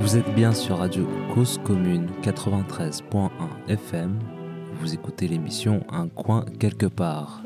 Vous êtes bien sur Radio Cause Commune 93.1 FM. Vous écoutez l'émission Un coin quelque part.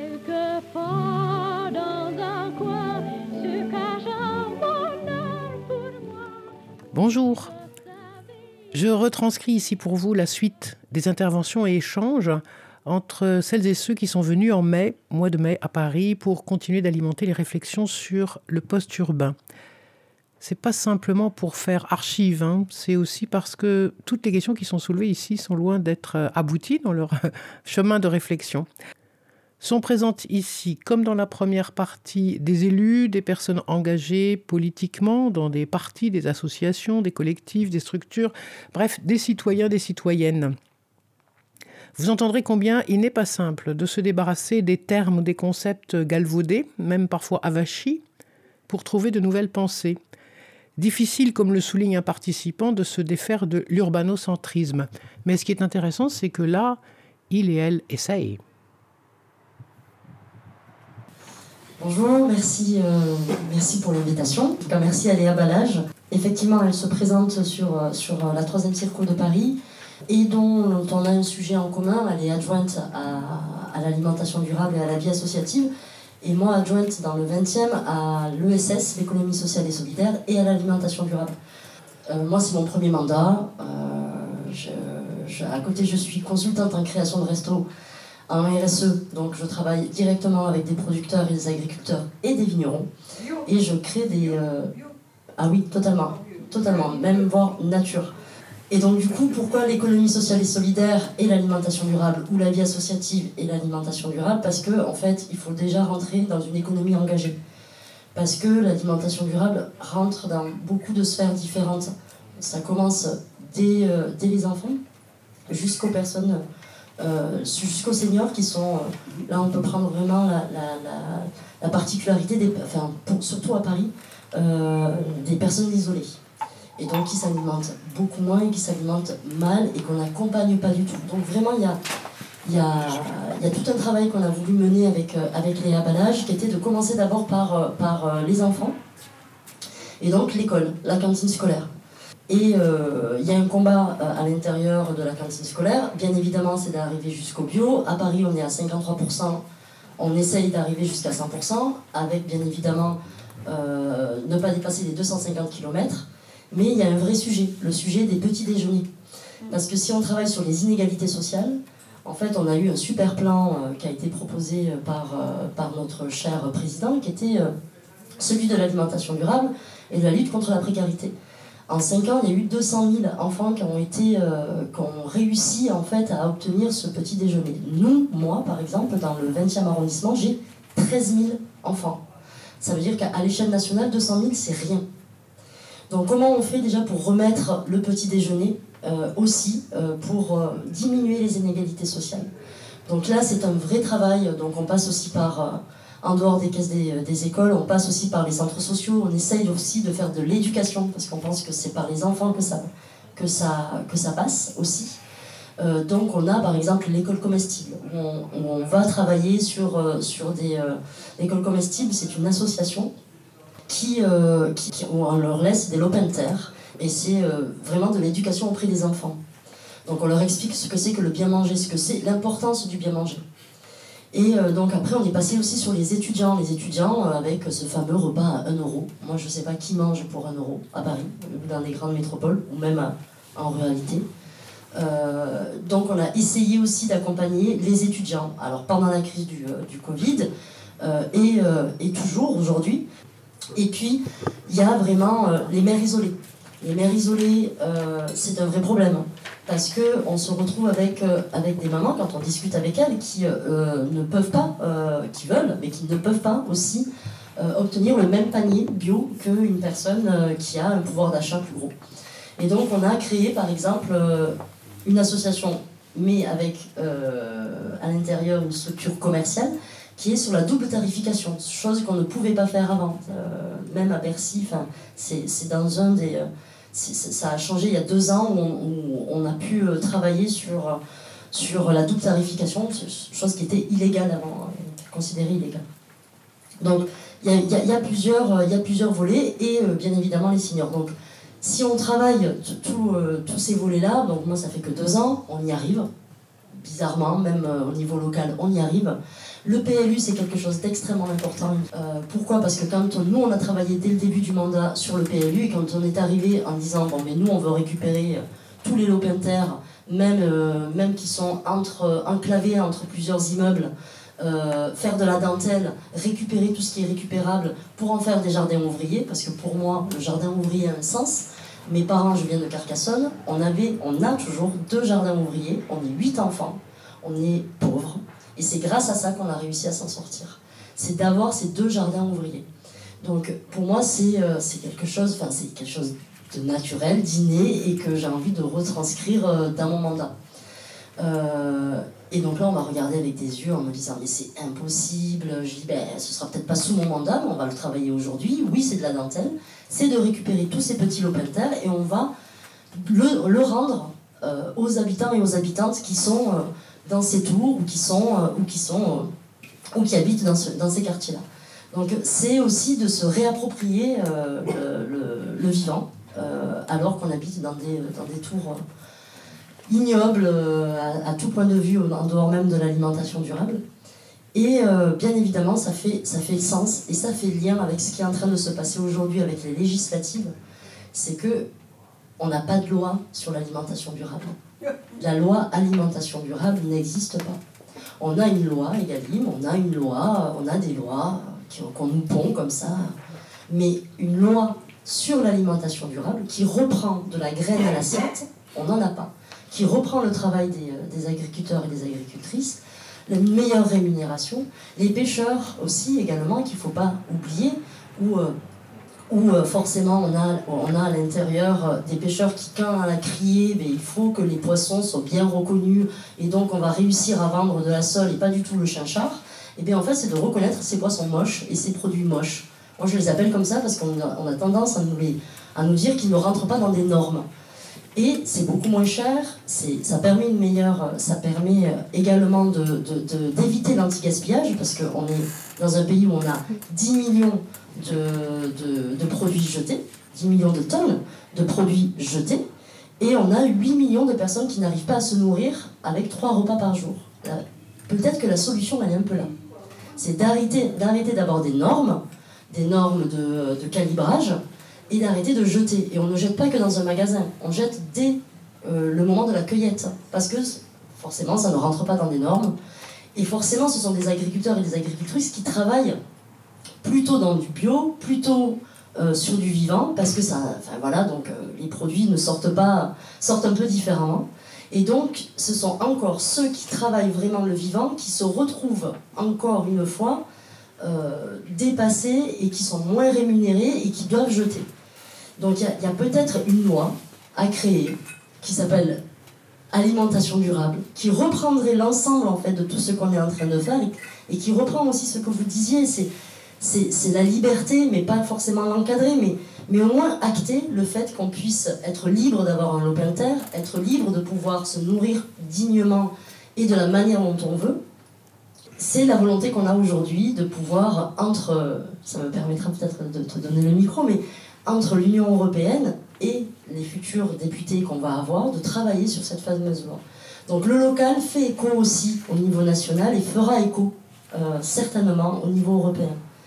Bonjour. Je retranscris ici pour vous la suite des interventions et échanges entre celles et ceux qui sont venus en mois de mai à Paris pour continuer d'alimenter les réflexions sur le post-urbain. C'est pas simplement pour faire archive, c'est aussi parce que toutes les questions qui sont soulevées ici sont loin d'être abouties dans leur chemin de réflexion. Sont présentes ici, comme dans la première partie, des élus, des personnes engagées politiquement dans des partis, des associations, des collectifs, des structures, bref, des citoyens, des citoyennes. Vous entendrez combien il n'est pas simple de se débarrasser des termes ou des concepts galvaudés, même parfois avachis, pour trouver de nouvelles pensées. Difficile, comme le souligne un participant, de se défaire de l'urbanocentrisme. Mais ce qui est intéressant, c'est que là, il et elle essayent. Bonjour, merci pour l'invitation. En tout cas, merci à Léa Balage. Effectivement, elle se présente sur la 3e Circo de Paris et dont on a un sujet en commun. Elle est adjointe à l'alimentation durable et à la vie associative. Et moi, adjointe dans le 20e à l'ESS, l'économie sociale et solidaire, et à l'alimentation durable. Moi, c'est mon premier mandat. À côté, je suis consultante en création de restos en RSE, donc je travaille directement avec des producteurs et des agriculteurs et des vignerons. Et je crée des... Ah oui, totalement, même voire nature. Et donc du coup, pourquoi l'économie sociale et solidaire et l'alimentation durable, ou la vie associative et l'alimentation durable? Parce que en fait, il faut déjà rentrer dans une économie engagée. Parce que l'alimentation durable rentre dans beaucoup de sphères différentes. Ça commence dès les enfants jusqu'aux personnes, jusqu'aux seniors qui sont... là, on peut prendre vraiment la particularité, surtout à Paris, des personnes isolées. Et donc qui s'alimentent beaucoup moins et qui s'alimentent mal et qu'on n'accompagne pas du tout. Donc vraiment, il y a tout un travail qu'on a voulu mener avec Léa Balage, qui était de commencer d'abord par les enfants, et donc l'école, la cantine scolaire. Et il y a un combat à l'intérieur de la cantine scolaire. Bien évidemment, c'est d'arriver jusqu'au bio. À Paris, on est à 53%. On essaye d'arriver jusqu'à 100%, avec bien évidemment ne pas dépasser les 250 km. Mais il y a un vrai sujet, le sujet des petits déjeuners. Parce que si on travaille sur les inégalités sociales, en fait, on a eu un super plan qui a été proposé par notre cher président, qui était celui de l'alimentation durable et de la lutte contre la précarité. En 5 ans, il y a eu 200 000 enfants qui ont réussi en fait, à obtenir ce petit déjeuner. Moi, par exemple, dans le 20e arrondissement, j'ai 13 000 enfants. Ça veut dire qu'à l'échelle nationale, 200 000, c'est rien. Donc comment on fait déjà pour remettre le petit déjeuner aussi pour diminuer les inégalités sociales. Donc là c'est un vrai travail, donc on passe aussi par, en dehors des caisses des écoles, on passe aussi par les centres sociaux, on essaye aussi de faire de l'éducation, parce qu'on pense que c'est par les enfants que ça passe aussi. Donc on a par exemple l'école comestible, où on va travailler sur des... l'école comestible, c'est une association où on leur laisse des lopins de terre, et c'est vraiment de l'éducation auprès des enfants. Donc on leur explique ce que c'est que le bien manger, ce que c'est l'importance du bien manger. Et donc après on est passé aussi sur les étudiants avec ce fameux repas à 1 euro. Moi je ne sais pas qui mange pour 1 euro à Paris, dans les grandes métropoles, ou même en ruralité. Donc on a essayé aussi d'accompagner les étudiants, alors pendant la crise du Covid, et toujours aujourd'hui. Et puis, il y a vraiment les mères isolées. Les mères isolées, c'est un vrai problème. Parce qu'on se retrouve avec des mamans, quand on discute avec elles, qui ne peuvent pas, qui veulent, mais qui ne peuvent pas aussi obtenir le même panier bio qu'une personne qui a un pouvoir d'achat plus gros. Et donc, on a créé, par exemple, une association, mais avec à l'intérieur une structure commerciale, qui est sur la double tarification, chose qu'on ne pouvait pas faire avant. Même à Bercy, c'est dans un des... ça a changé il y a 2 ans où on a pu travailler sur la double tarification, chose qui était illégale avant, considérée illégale. Donc il y a plusieurs volets et bien évidemment les seniors. Donc Si on travaille tous ces volets-là, donc moi ça fait que 2 ans, on y arrive. Bizarrement, même au niveau local, on y arrive. Le PLU, c'est quelque chose d'extrêmement important. Pourquoi ? Parce que quand nous, on a travaillé dès le début du mandat sur le PLU, et quand on est arrivé en disant, bon, mais nous, on veut récupérer tous les lots terre, même qui sont enclavés entre plusieurs immeubles, faire de la dentelle, récupérer tout ce qui est récupérable pour en faire des jardins ouvriers, parce que pour moi, le jardin ouvrier a un sens. Mes parents, je viens de Carcassonne, on a toujours 2 jardins ouvriers, on est 8 enfants, on est pauvres, et c'est grâce à ça qu'on a réussi à s'en sortir. C'est d'avoir ces 2 jardins ouvriers. Donc pour moi, c'est quelque chose de naturel, d'inné, et que j'ai envie de retranscrire dans mon mandat. Et donc là, on va regarder avec des yeux en me disant, mais c'est impossible. Je dis, ce sera peut-être pas sous mon mandat, mais on va le travailler aujourd'hui. Oui, c'est de la dentelle. C'est de récupérer tous ces petits lopins de terre et on va le rendre aux habitants et aux habitantes qui sont dans ces tours ou qui habitent dans ces quartiers-là. Donc c'est aussi de se réapproprier le vivant, alors qu'on habite dans des tours ignobles à tout point de vue, en dehors même de l'alimentation durable. Et bien évidemment, ça fait sens et ça fait lien avec ce qui est en train de se passer aujourd'hui avec les législatives. C'est que on n'a pas de loi sur l'alimentation durable. La loi alimentation durable n'existe pas. On a une loi Egalim, on a des lois qu'on nous pond comme ça. Mais une loi sur l'alimentation durable qui reprend de la graine à l'assiette, on n'en a pas. Qui reprend le travail des agriculteurs et des agricultrices, la meilleure rémunération, les pêcheurs aussi également, qu'il ne faut pas oublier, où forcément on a à l'intérieur des pêcheurs qui, quand on a crié, il faut que les poissons soient bien reconnus, et donc on va réussir à vendre de la sole et pas du tout le chinchard, et bien en fait c'est de reconnaître ces poissons moches et ces produits moches. Moi je les appelle comme ça parce qu'on a tendance à nous dire qu'ils ne rentrent pas dans des normes. Et c'est beaucoup moins cher, ça permet également d'éviter l'anti-gaspillage, parce qu'on est dans un pays où on a 10 millions de produits jetés, 10 millions de tonnes de produits jetés, et on a 8 millions de personnes qui n'arrivent pas à se nourrir avec 3 repas par jour. Peut-être que la solution, elle est un peu là. C'est d'arrêter d'avoir des normes de calibrage, et d'arrêter de jeter. Et on ne jette pas que dans un magasin, on jette dès le moment de la cueillette, parce que forcément ça ne rentre pas dans des normes, et forcément ce sont des agriculteurs et des agricultrices qui travaillent plutôt dans du bio, plutôt sur du vivant, parce que les produits ne sortent un peu différemment, et donc ce sont encore ceux qui travaillent vraiment le vivant qui se retrouvent encore une fois dépassés et qui sont moins rémunérés et qui doivent jeter. Donc il y a peut-être une loi à créer qui s'appelle alimentation durable, qui reprendrait l'ensemble en fait de tout ce qu'on est en train de faire et qui reprend aussi ce que vous disiez, c'est la liberté, mais pas forcément l'encadrer, mais au moins acter le fait qu'on puisse être libre d'avoir un lopin de terre, être libre de pouvoir se nourrir dignement et de la manière dont on veut. C'est la volonté qu'on a aujourd'hui de pouvoir, ça me permettra peut-être de te donner le micro, mais entre l'Union européenne et les futurs députés qu'on va avoir, de travailler sur cette fameuse loi. Donc le local fait écho aussi au niveau national et fera écho certainement au niveau européen.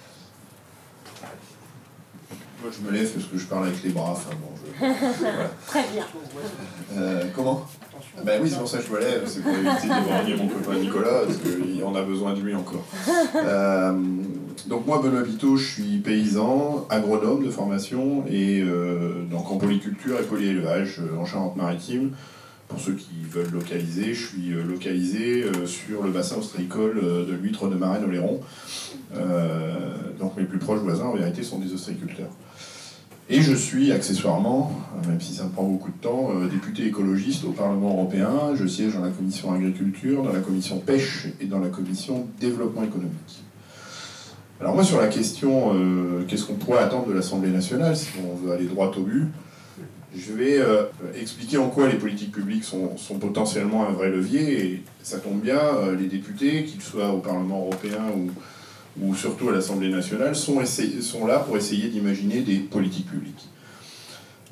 Moi je me lève parce que je parle avec les bras, voilà. Très bien. Comment ? Oui, c'est pour ça que je me lève, c'est pour éviter d'éloigner mon copain Nicolas, parce qu'on a besoin de lui encore. Donc moi, Benoît Biteau, je suis paysan, agronome de formation, et donc en polyculture et polyélevage en Charente-Maritime. Pour ceux qui veulent localiser, je suis localisé sur le bassin ostréicole de l'huître de Marennes-Oléron. Donc mes plus proches voisins, en vérité, sont des ostréiculteurs. Et je suis accessoirement, même si ça me prend beaucoup de temps, député écologiste au Parlement européen. Je siège dans la commission agriculture, dans la commission pêche et dans la commission développement économique. Alors moi, sur la question qu'est-ce qu'on pourrait attendre de l'Assemblée nationale si on veut aller droit au but, je vais expliquer en quoi les politiques publiques sont potentiellement un vrai levier. Et ça tombe bien, les députés, qu'ils soient au Parlement européen ou surtout à l'Assemblée nationale, sont là pour essayer d'imaginer des politiques publiques.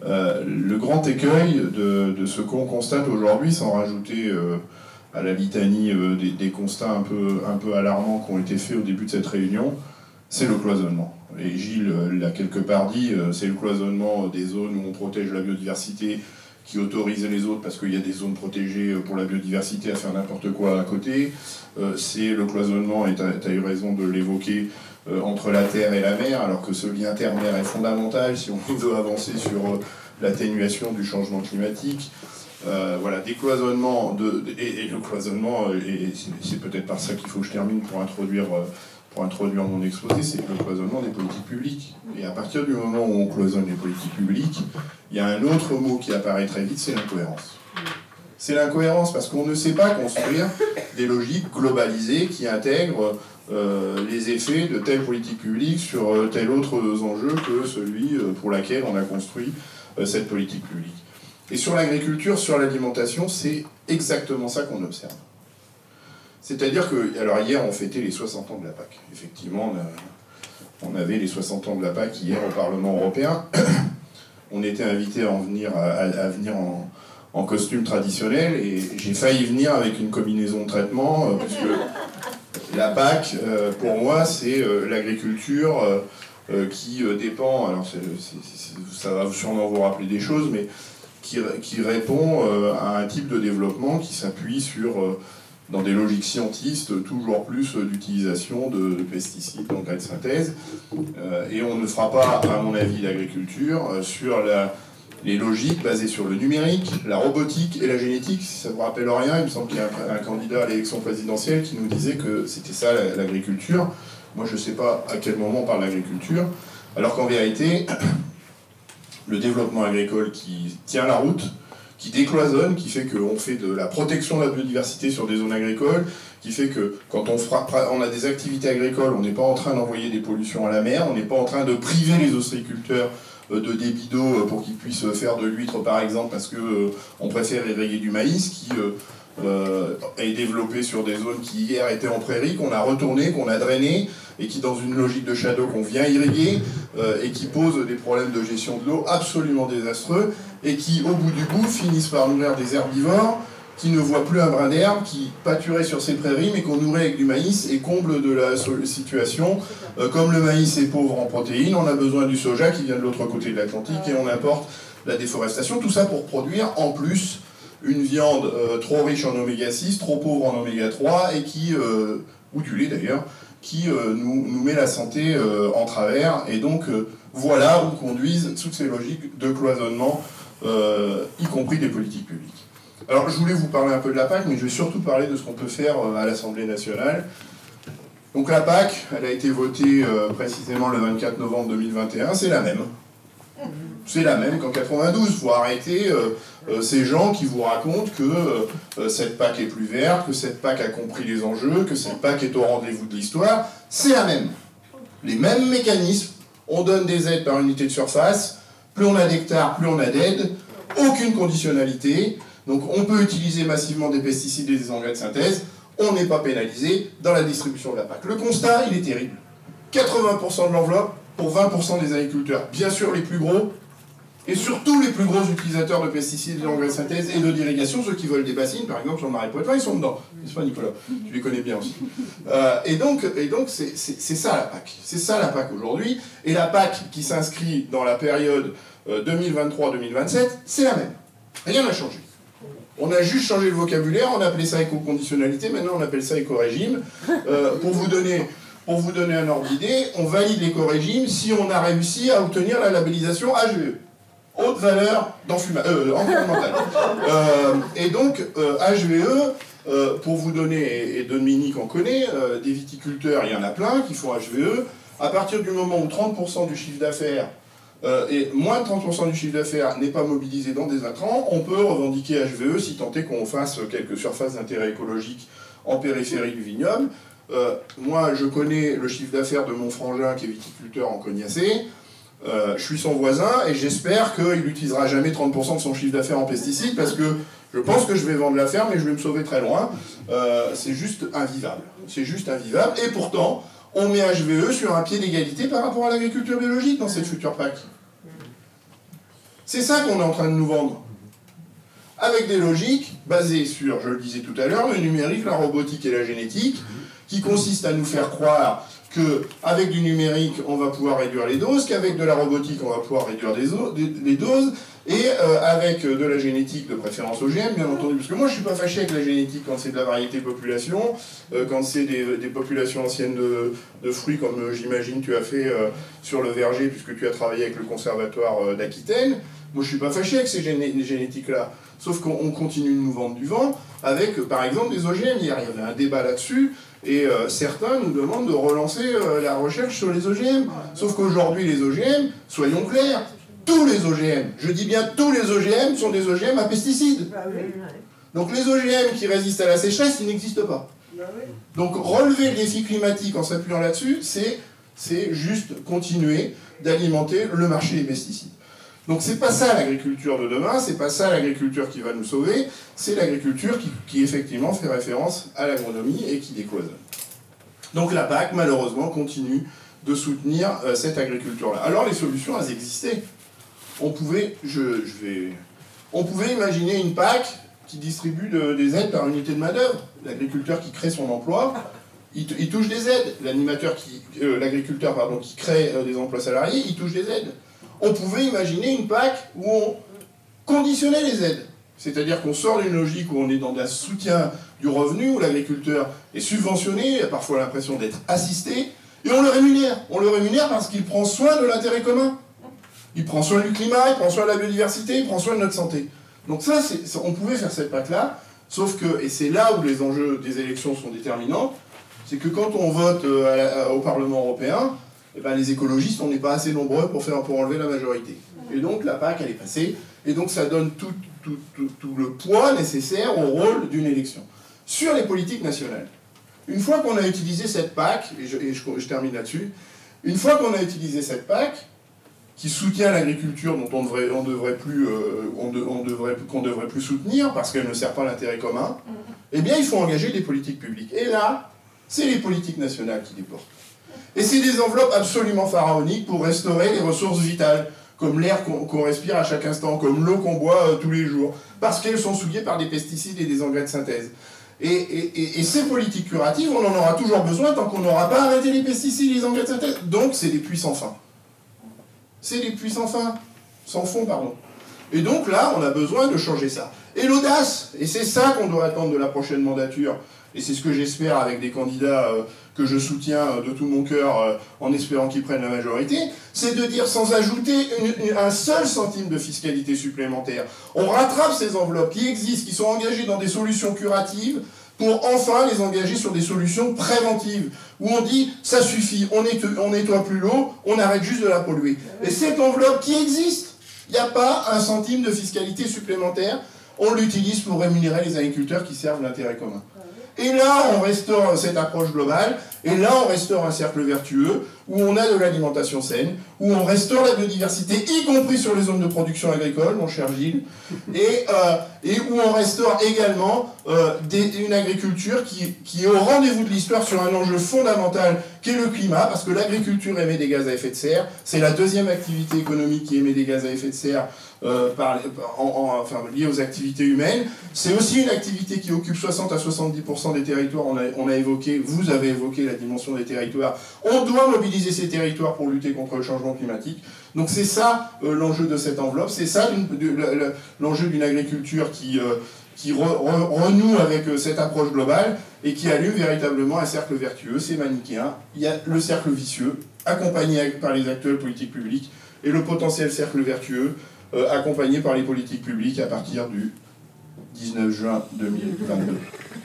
Le grand écueil de ce qu'on constate aujourd'hui, sans rajouter à la litanie des constats un peu alarmants qui ont été faits au début de cette réunion, c'est le cloisonnement. Et Gilles l'a quelque part dit, c'est le cloisonnement des zones où on protège la biodiversité, qui autorise les autres parce qu'il y a des zones protégées pour la biodiversité à faire n'importe quoi à côté. C'est le cloisonnement, et tu as eu raison de l'évoquer, entre la terre et la mer, alors que ce lien terre-mer est fondamental si on veut avancer sur l'atténuation du changement climatique. Voilà, des cloisonnements, et le cloisonnement, et c'est peut-être par ça qu'il faut que je termine pour introduire mon exposé, c'est le cloisonnement des politiques publiques. Et à partir du moment où on cloisonne les politiques publiques, il y a un autre mot qui apparaît très vite, c'est l'incohérence. C'est l'incohérence parce qu'on ne sait pas construire des logiques globalisées qui intègrent les effets de telle politique publique sur tel autre enjeu que celui pour lequel on a construit cette politique publique. Et sur l'agriculture, sur l'alimentation, c'est exactement ça qu'on observe. C'est-à-dire que, alors hier on fêtait les 60 ans de la PAC. Effectivement, on avait les 60 ans de la PAC hier au Parlement européen. On était invité à venir en costume traditionnel et j'ai failli venir avec une combinaison de traitement puisque la PAC, pour moi, c'est l'agriculture qui dépend, alors ça va sûrement vous rappeler des choses, mais qui répond à un type de développement qui s'appuie sur, dans des logiques scientistes, toujours plus d'utilisation de pesticides, d'engrais de synthèse. Et on ne fera pas, à mon avis, l'agriculture sur les logiques basées sur le numérique, la robotique et la génétique. Si ça ne vous rappelle rien, il me semble qu'il y a un candidat à l'élection présidentielle qui nous disait que c'était ça l'agriculture. Moi, je ne sais pas à quel moment on parle d'agriculture, alors qu'en vérité, le développement agricole qui tient la route, qui décloisonne, qui fait qu'on fait de la protection de la biodiversité sur des zones agricoles, qui fait que quand on a des activités agricoles, on n'est pas en train d'envoyer des pollutions à la mer, on n'est pas en train de priver les ostréiculteurs de débit d'eau pour qu'ils puissent faire de l'huître par exemple, parce qu'on préfère irriguer du maïs qui est développé sur des zones qui hier étaient en prairie, qu'on a retourné, qu'on a drainé, et qui dans une logique de shadow qu'on vient irriguer, et qui pose des problèmes de gestion de l'eau absolument désastreux, et qui au bout du bout finissent par nourrir des herbivores qui ne voient plus un brin d'herbe, qui pâturaient sur ces prairies, mais qu'on nourrit avec du maïs, et comble de la situation, comme le maïs est pauvre en protéines, on a besoin du soja qui vient de l'autre côté de l'Atlantique, et on importe la déforestation, tout ça pour produire en plus une viande trop riche en oméga 6, trop pauvre en oméga 3, et qui, ou du lait d'ailleurs, qui nous met la santé en travers, et donc voilà où conduisent toutes ces logiques de cloisonnement, y compris des politiques publiques. Alors je voulais vous parler un peu de la PAC, mais je vais surtout parler de ce qu'on peut faire à l'Assemblée nationale. Donc la PAC, elle a été votée précisément le 24 novembre 2021, c'est la même. C'est la même qu'en 92. Il faut arrêter ces gens qui vous racontent que cette PAC est plus verte, que cette PAC a compris les enjeux, que cette PAC est au rendez-vous de l'histoire. C'est la même. Les mêmes mécanismes. On donne des aides par unité de surface. Plus on a d'hectares, plus on a d'aides. Aucune conditionnalité. Donc on peut utiliser massivement des pesticides et des engrais de synthèse. On n'est pas pénalisé dans la distribution de la PAC. Le constat, il est terrible. 80% de l'enveloppe pour 20% des agriculteurs. Bien sûr les plus gros, et surtout les plus gros utilisateurs de pesticides, d'engrais de synthèse et d'irrigation, ceux qui veulent des bassines, par exemple sur le Marais Poitevin, ils sont dedans. N'est-ce pas Nicolas? Tu les connais bien aussi. Et donc c'est ça la PAC. C'est ça la PAC aujourd'hui. Et la PAC qui s'inscrit dans la période 2023-2027, c'est la même. Rien n'a changé. On a juste changé le vocabulaire, on a appelé ça éco-conditionnalité, maintenant on appelle ça éco-régime. Pour vous donner un ordre d'idée, on valide l'éco-régime si on a réussi à obtenir la labellisation HVE. Haute valeur environnementale. Et donc, HVE, pour vous donner, et Dominique en connaît, des viticulteurs, il y en a plein qui font HVE. À partir du moment où 30% du chiffre d'affaires, et moins de 30% du chiffre d'affaires n'est pas mobilisé dans des intrants, on peut revendiquer HVE si tant est qu'on fasse quelques surfaces d'intérêt écologique en périphérie du vignoble. Moi, je connais le chiffre d'affaires de mon frangin qui est viticulteur en Cognacé. Je suis son voisin et j'espère qu'il n'utilisera jamais 30% de son chiffre d'affaires en pesticides parce que je pense que je vais vendre la ferme et je vais me sauver très loin. C'est juste invivable. C'est juste invivable. Et pourtant, on met HVE sur un pied d'égalité par rapport à l'agriculture biologique dans cette future PAC. C'est ça qu'on est en train de nous vendre. Avec des logiques basées sur, je le disais tout à l'heure, le numérique, la robotique et la génétique, qui consistent à nous faire croire qu'avec du numérique, on va pouvoir réduire les doses, qu'avec de la robotique, on va pouvoir réduire les doses, et avec de la génétique de préférence OGM, bien entendu. Parce que moi, je ne suis pas fâché avec la génétique quand c'est de la variété population, quand c'est des populations anciennes de fruits, comme j'imagine tu as fait sur le verger, puisque tu as travaillé avec le conservatoire d'Aquitaine. Moi, je ne suis pas fâché avec ces génétiques-là. Sauf qu'on continue de nous vendre du vent avec, par exemple, des OGM. Hier, il y avait un débat là-dessus, et certains nous demandent de relancer la recherche sur les OGM. Sauf qu'aujourd'hui, les OGM, soyons clairs, tous les OGM, je dis bien tous les OGM, sont des OGM à pesticides. Donc les OGM qui résistent à la sécheresse, ils n'existent pas. Donc relever le défi climatique en s'appuyant là-dessus, c'est juste continuer d'alimenter le marché des pesticides. Donc c'est pas ça l'agriculture de demain, c'est pas ça l'agriculture qui va nous sauver, c'est l'agriculture qui effectivement fait référence à l'agronomie et qui décloisonne. Donc la PAC, malheureusement, continue de soutenir cette agriculture-là. Alors les solutions, elles existaient. On pouvait imaginer une PAC qui distribue des aides par unité de main-d'œuvre. L'agriculteur qui crée son emploi, il touche des aides. L'agriculteur qui crée des emplois salariés, il touche des aides. On pouvait imaginer une PAC où on conditionnait les aides. C'est-à-dire qu'on sort d'une logique où on est dans un soutien du revenu, où l'agriculteur est subventionné, a parfois l'impression d'être assisté, et on le rémunère. On le rémunère parce qu'il prend soin de l'intérêt commun. Il prend soin du climat, il prend soin de la biodiversité, il prend soin de notre santé. Donc ça, on pouvait faire cette PAC-là, sauf que, et c'est là où les enjeux des élections sont déterminants, c'est que quand on vote au Parlement européen, eh ben, les écologistes, on n'est pas assez nombreux pour enlever la majorité. Et donc la PAC, elle est passée, et donc ça donne tout le poids nécessaire au rôle d'une élection. Sur les politiques nationales, une fois qu'on a utilisé cette PAC, et je termine là-dessus, une fois qu'on a utilisé cette PAC, qui soutient l'agriculture dont qu'on ne devrait plus soutenir parce qu'elle ne sert pas l'intérêt commun, eh bien il faut engager des politiques publiques. Et là, c'est les politiques nationales qui les portent. Et c'est des enveloppes absolument pharaoniques pour restaurer les ressources vitales, comme l'air qu'on respire à chaque instant, comme l'eau qu'on boit tous les jours, parce qu'elles sont souillées par des pesticides et des engrais de synthèse. Et ces politiques curatives, on en aura toujours besoin tant qu'on n'aura pas arrêté les pesticides et les engrais de synthèse. Donc c'est des puits sans fin. C'est des puits sans fond, pardon. Et donc là, on a besoin de changer ça. Et l'audace, et c'est ça qu'on doit attendre de la prochaine mandature, et c'est ce que j'espère avec des candidats que je soutiens de tout mon cœur en espérant qu'ils prennent la majorité, c'est de dire sans ajouter un seul centime de fiscalité supplémentaire. On rattrape ces enveloppes qui existent, qui sont engagées dans des solutions curatives, pour enfin les engager sur des solutions préventives, où on dit « ça suffit, on nettoie plus l'eau, on arrête juste de la polluer ». Et cette enveloppe qui existe, il n'y a pas un centime de fiscalité supplémentaire, on l'utilise pour rémunérer les agriculteurs qui servent l'intérêt commun. Et là, on restaure cette approche globale, et là, on restaure un cercle vertueux, où on a de l'alimentation saine, où on restaure la biodiversité, y compris sur les zones de production agricole, mon cher Gilles, et où on restaure également une agriculture qui est au rendez-vous de l'histoire sur un enjeu fondamental, qui est le climat, parce que l'agriculture émet des gaz à effet de serre, c'est la deuxième activité économique qui émet des gaz à effet de serre, liées aux activités humaines. C'est aussi une activité qui occupe 60 à 70% des territoires. Vous avez évoqué la dimension des territoires. On doit mobiliser ces territoires pour lutter contre le changement climatique. Donc c'est ça l'enjeu de cette enveloppe. C'est ça l'enjeu d'une agriculture qui renoue avec cette approche globale et qui allume véritablement un cercle vertueux. C'est manichéen. Il y a le cercle vicieux, accompagné par les actuelles politiques publiques, et le potentiel cercle vertueux, accompagné par les politiques publiques à partir du 19 juin 2022.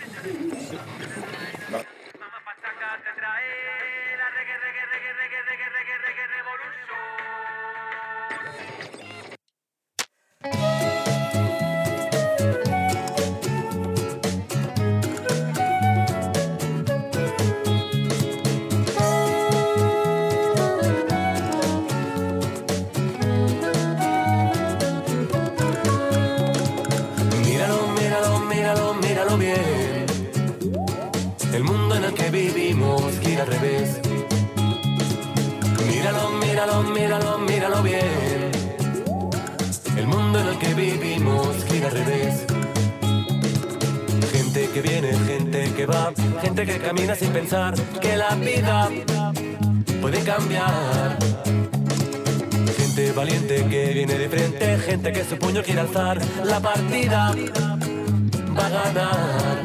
Al revés. Míralo, míralo, míralo, míralo bien. vivimos gira al revés. Gente que viene, gente que va, gente que camina sin pensar que la vida puede cambiar. Gente valiente que viene de frente, gente que su puño quiere alzar, la partida va a ganar.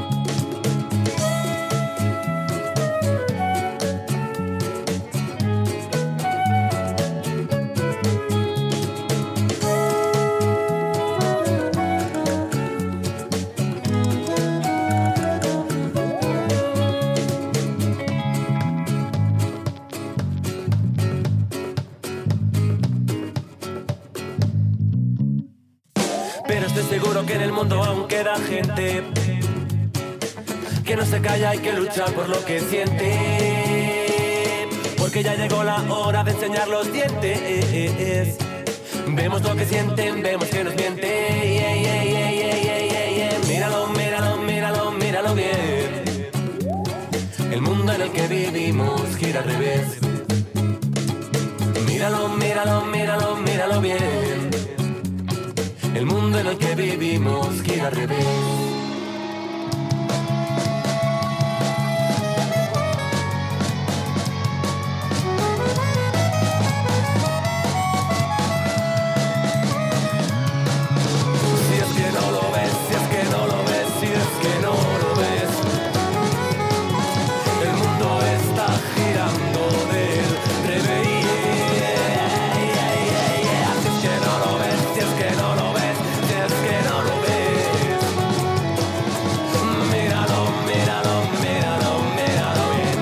Seguro que en el mundo aún queda gente que no se calla, hay que luchar por lo que siente, porque ya llegó la hora de enseñar los dientes. Vemos lo que sienten, vemos que nos mienten. Míralo, míralo, míralo, míralo bien. El mundo en el que vivimos gira al revés. Míralo, míralo, míralo, míralo bien. El mundo en el que vivimos gira al revés. Si es que no lo ves, si es que no lo ves, si es que no lo ves, el mundo está girando del revés. Si es que no lo ves, si es que no lo ves, si es que no lo ves, míralo, míralo, míralo, míralo bien.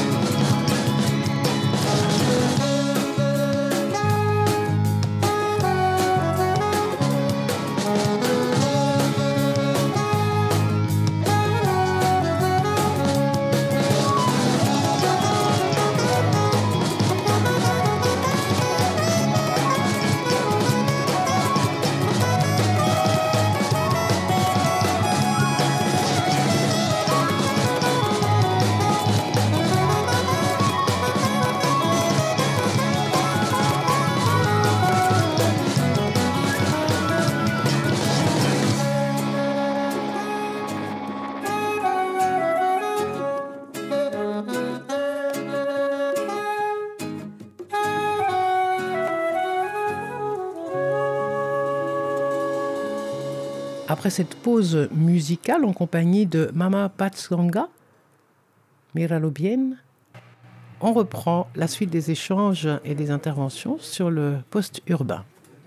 Après cette pause musicale en compagnie de Mama Patsonga, Míralo bien, on reprend la suite des échanges et des interventions sur le post-urbain.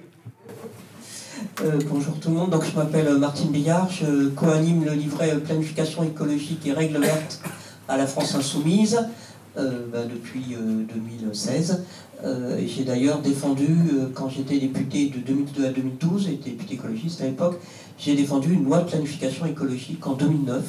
Bonjour tout le monde, donc je m'appelle Martine Billard, je co-anime le livret Planification écologique et règles vertes à la France insoumise depuis 2016. Et j'ai d'ailleurs défendu, quand j'étais député de 2002 à 2012, j'étais député écologiste à l'époque, j'ai défendu une loi de planification écologique en 2009,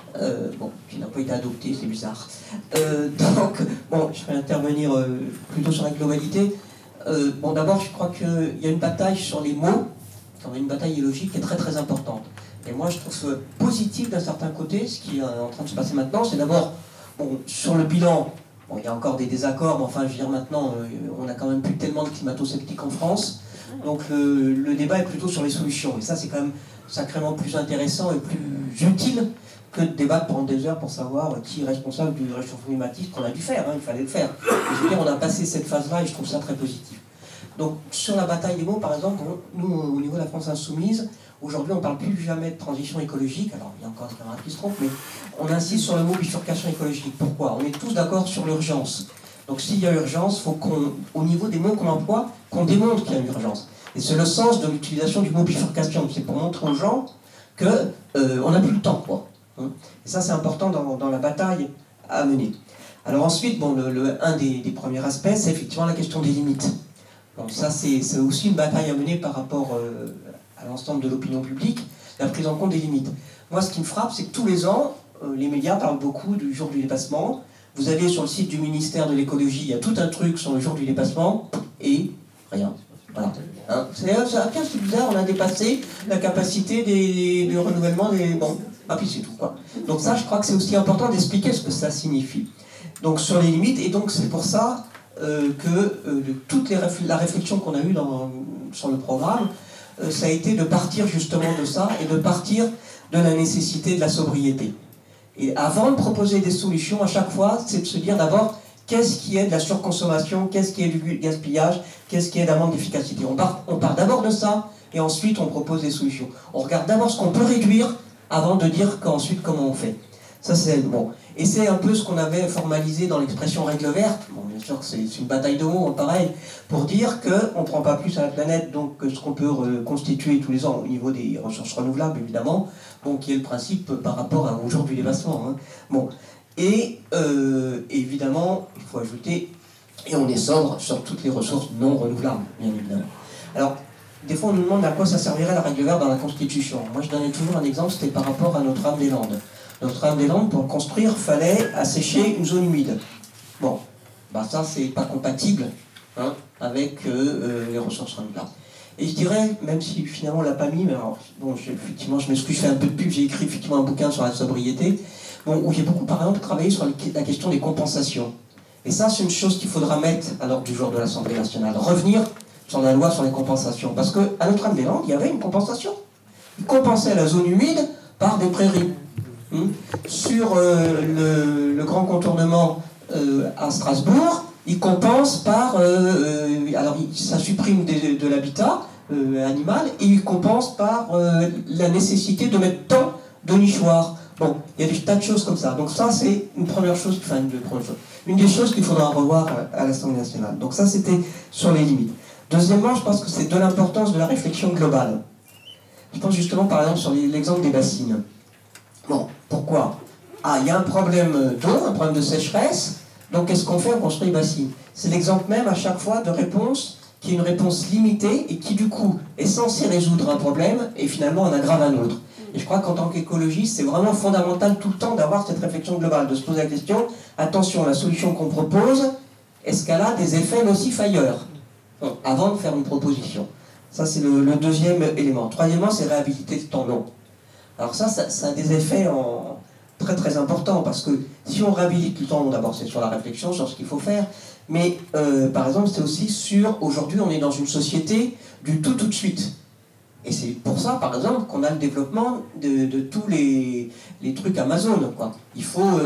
qui n'a pas été adoptée, c'est bizarre. Donc, je vais intervenir plutôt sur la globalité. D'abord, je crois qu'il y a une bataille sur les mots, une bataille idéologique qui est très très importante. Et moi, je trouve positif d'un certain côté, ce qui est en train de se passer maintenant, c'est d'abord, sur le bilan, il y a encore des désaccords, mais enfin, je veux dire, maintenant, on a quand même plus tellement de climato-sceptiques en France. Donc le débat est plutôt sur les solutions. Et ça, c'est quand même sacrément plus intéressant et plus utile que de débattre pendant des heures pour savoir qui est responsable du réchauffement climatique, qu'on a dû faire, il fallait le faire. Et je veux dire, on a passé cette phase-là et je trouve ça très positif. Donc sur la bataille des mots, par exemple, nous, au niveau de la France insoumise, aujourd'hui, on ne parle plus jamais de transition écologique. Alors, il y a encore des camarades qui se trompent, mais on insiste sur le mot bifurcation écologique. Pourquoi ? On est tous d'accord sur l'urgence. Donc s'il y a urgence, il faut qu'au niveau des mots qu'on emploie, qu'on démontre qu'il y a une urgence. Et c'est le sens de l'utilisation du mot bifurcation. C'est pour montrer aux gens qu'on n'a plus le temps, quoi. Et ça, c'est important dans la bataille à mener. Alors ensuite, un des premiers aspects, c'est effectivement la question des limites. Donc ça, c'est aussi une bataille à mener par rapport à l'ensemble de l'opinion publique, la prise en compte des limites. Moi, ce qui me frappe, c'est que tous les ans, les médias parlent beaucoup du jour du dépassement. Vous allez sur le site du ministère de l'écologie, il y a tout un truc sur le jour du dépassement, et rien. Voilà. C'est bizarre, on a dépassé la capacité de renouvellement des... puis c'est tout, quoi. Donc ça, je crois que c'est aussi important d'expliquer ce que ça signifie. Donc sur les limites, et donc c'est pour ça que toute la réflexion qu'on a eue sur le programme, ça a été de partir justement de ça et de partir de la nécessité de la sobriété. Et avant de proposer des solutions, à chaque fois, c'est de se dire d'abord qu'est-ce qui est de la surconsommation, qu'est-ce qui est du gaspillage, qu'est-ce qui est d'un manque d'efficacité. On part d'abord de ça et ensuite on propose des solutions. On regarde d'abord ce qu'on peut réduire avant de dire qu'ensuite comment on fait. Ça c'est bon. Et c'est un peu ce qu'on avait formalisé dans l'expression règle verte. Bon, bien sûr que c'est une bataille de mots, pareil, pour dire qu'on ne prend pas plus à la planète donc, que ce qu'on peut reconstituer tous les ans au niveau des ressources renouvelables, évidemment, donc qui est le principe par rapport à aujourd'hui dépassement. Hein. Bon. Et évidemment, il faut ajouter, et on est sobre sur toutes les ressources non renouvelables, bien évidemment. Alors, des fois on nous demande à quoi ça servirait la règle verte dans la Constitution. Moi je donnais toujours un exemple, c'était par rapport à Notre-Dame-des-Landes. Notre-Dame-des-Landes, pour le construire, fallait assécher une zone humide. Bon, bah ça c'est pas compatible hein, avec les ressources renouvelables. Et je dirais, même si finalement on l'a pas mis, mais alors, bon, effectivement je m'excuse, je fais un peu de pub, j'ai écrit effectivement un bouquin sur la sobriété, bon, où j'ai beaucoup par exemple travaillé sur la question des compensations. Et ça c'est une chose qu'il faudra mettre à l'ordre du jour de l'Assemblée nationale, revenir sur la loi sur les compensations. Parce qu'à Notre-Dame-des-Landes, il y avait une compensation. Ils compensaient la zone humide par des prairies. Sur le grand contournement à Strasbourg, ils compensent par... alors, ça supprime de l'habitat animal, et ils compensent par la nécessité de mettre tant de nichoirs. Bon, il y a des tas de choses comme ça. Donc ça, c'est une première chose, une des choses qu'il faudra revoir à l'Assemblée nationale. Donc ça, c'était sur les limites. Deuxièmement, je pense que c'est de l'importance de la réflexion globale. Je pense justement par exemple sur l'exemple des bassines. Bon, pourquoi? Ah, il y a un problème d'eau, un problème de sécheresse, donc qu'est-ce qu'on fait? On construit une bassine. C'est l'exemple même à chaque fois de réponse qui est une réponse limitée et qui du coup est censée résoudre un problème et finalement en aggrave un autre. Et je crois qu'en tant qu'écologiste, c'est vraiment fondamental tout le temps d'avoir cette réflexion globale, de se poser la question, attention, la solution qu'on propose, est-ce qu'elle a des effets nocifs ailleurs? Bon, avant de faire une proposition. Ça, c'est le deuxième élément. Troisièmement, c'est réhabiliter le temps long. Alors ça a des effets très très importants, parce que si on réhabilite le temps long, d'abord c'est sur la réflexion, sur ce qu'il faut faire, mais par exemple, c'est aussi sur, aujourd'hui, on est dans une société du tout de suite. Et c'est pour ça, par exemple, qu'on a le développement de tous les trucs Amazon, quoi. Il faut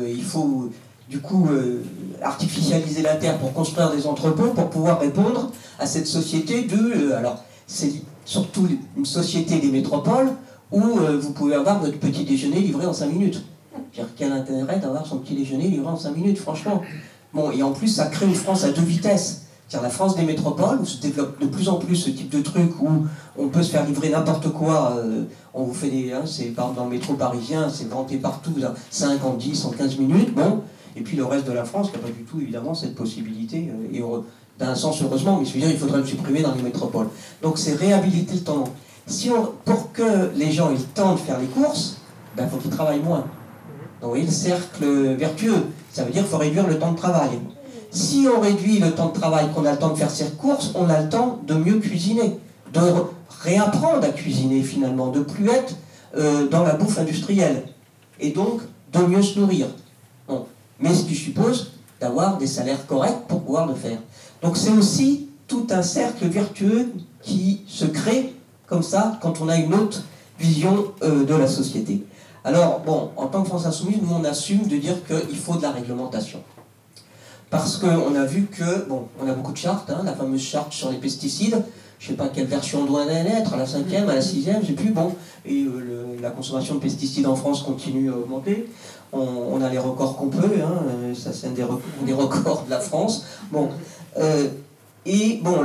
du coup artificialiser la terre pour construire des entrepôts pour pouvoir répondre à cette société alors c'est surtout une société des métropoles où vous pouvez avoir votre petit déjeuner livré en 5 minutes. C'est-à-dire, quel intérêt d'avoir son petit déjeuner livré en 5 minutes, franchement. Bon, et en plus ça crée une France à 2 vitesses. C'est-à-dire la France des métropoles, où se développe de plus en plus ce type de truc où on peut se faire livrer n'importe quoi, on vous fait c'est par exemple dans le métro parisien, c'est vanté partout, 5, en 10, en 15 minutes, bon. Et puis le reste de la France, qui n'a pas du tout, évidemment, cette possibilité, et d'un sens heureusement, mais je veux dire, il faudrait le supprimer dans les métropoles. Donc c'est réhabiliter le temps long. Pour que les gens aient le temps de faire les courses, il faut qu'ils travaillent moins. Donc vous voyez le cercle vertueux, ça veut dire qu'il faut réduire le temps de travail. Si on réduit le temps de travail, qu'on a le temps de faire ses courses, on a le temps de mieux cuisiner, de réapprendre à cuisiner finalement, de plus être dans la bouffe industrielle, et donc de mieux se nourrir. Bon. Mais ce qui suppose d'avoir des salaires corrects pour pouvoir le faire. Donc c'est aussi tout un cercle vertueux qui se crée comme ça quand on a une autre vision de la société. Alors, bon, en tant que France Insoumise, nous on assume de dire qu'il faut de la réglementation. Parce qu'on a vu que, bon, on a beaucoup de chartes, la fameuse charte sur les pesticides, je ne sais pas quelle version on doit en être, à la 5e, à la 6e, je ne sais plus, bon, et la consommation de pesticides en France continue à augmenter. On a les records qu'on peut, ça c'est un des records de la France. Bon, et bon,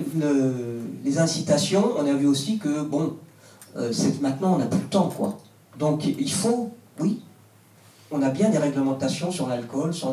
les incitations, on a vu aussi que, bon, maintenant on n'a plus le temps, quoi. Donc il faut, oui, on a bien des réglementations sur l'alcool, sur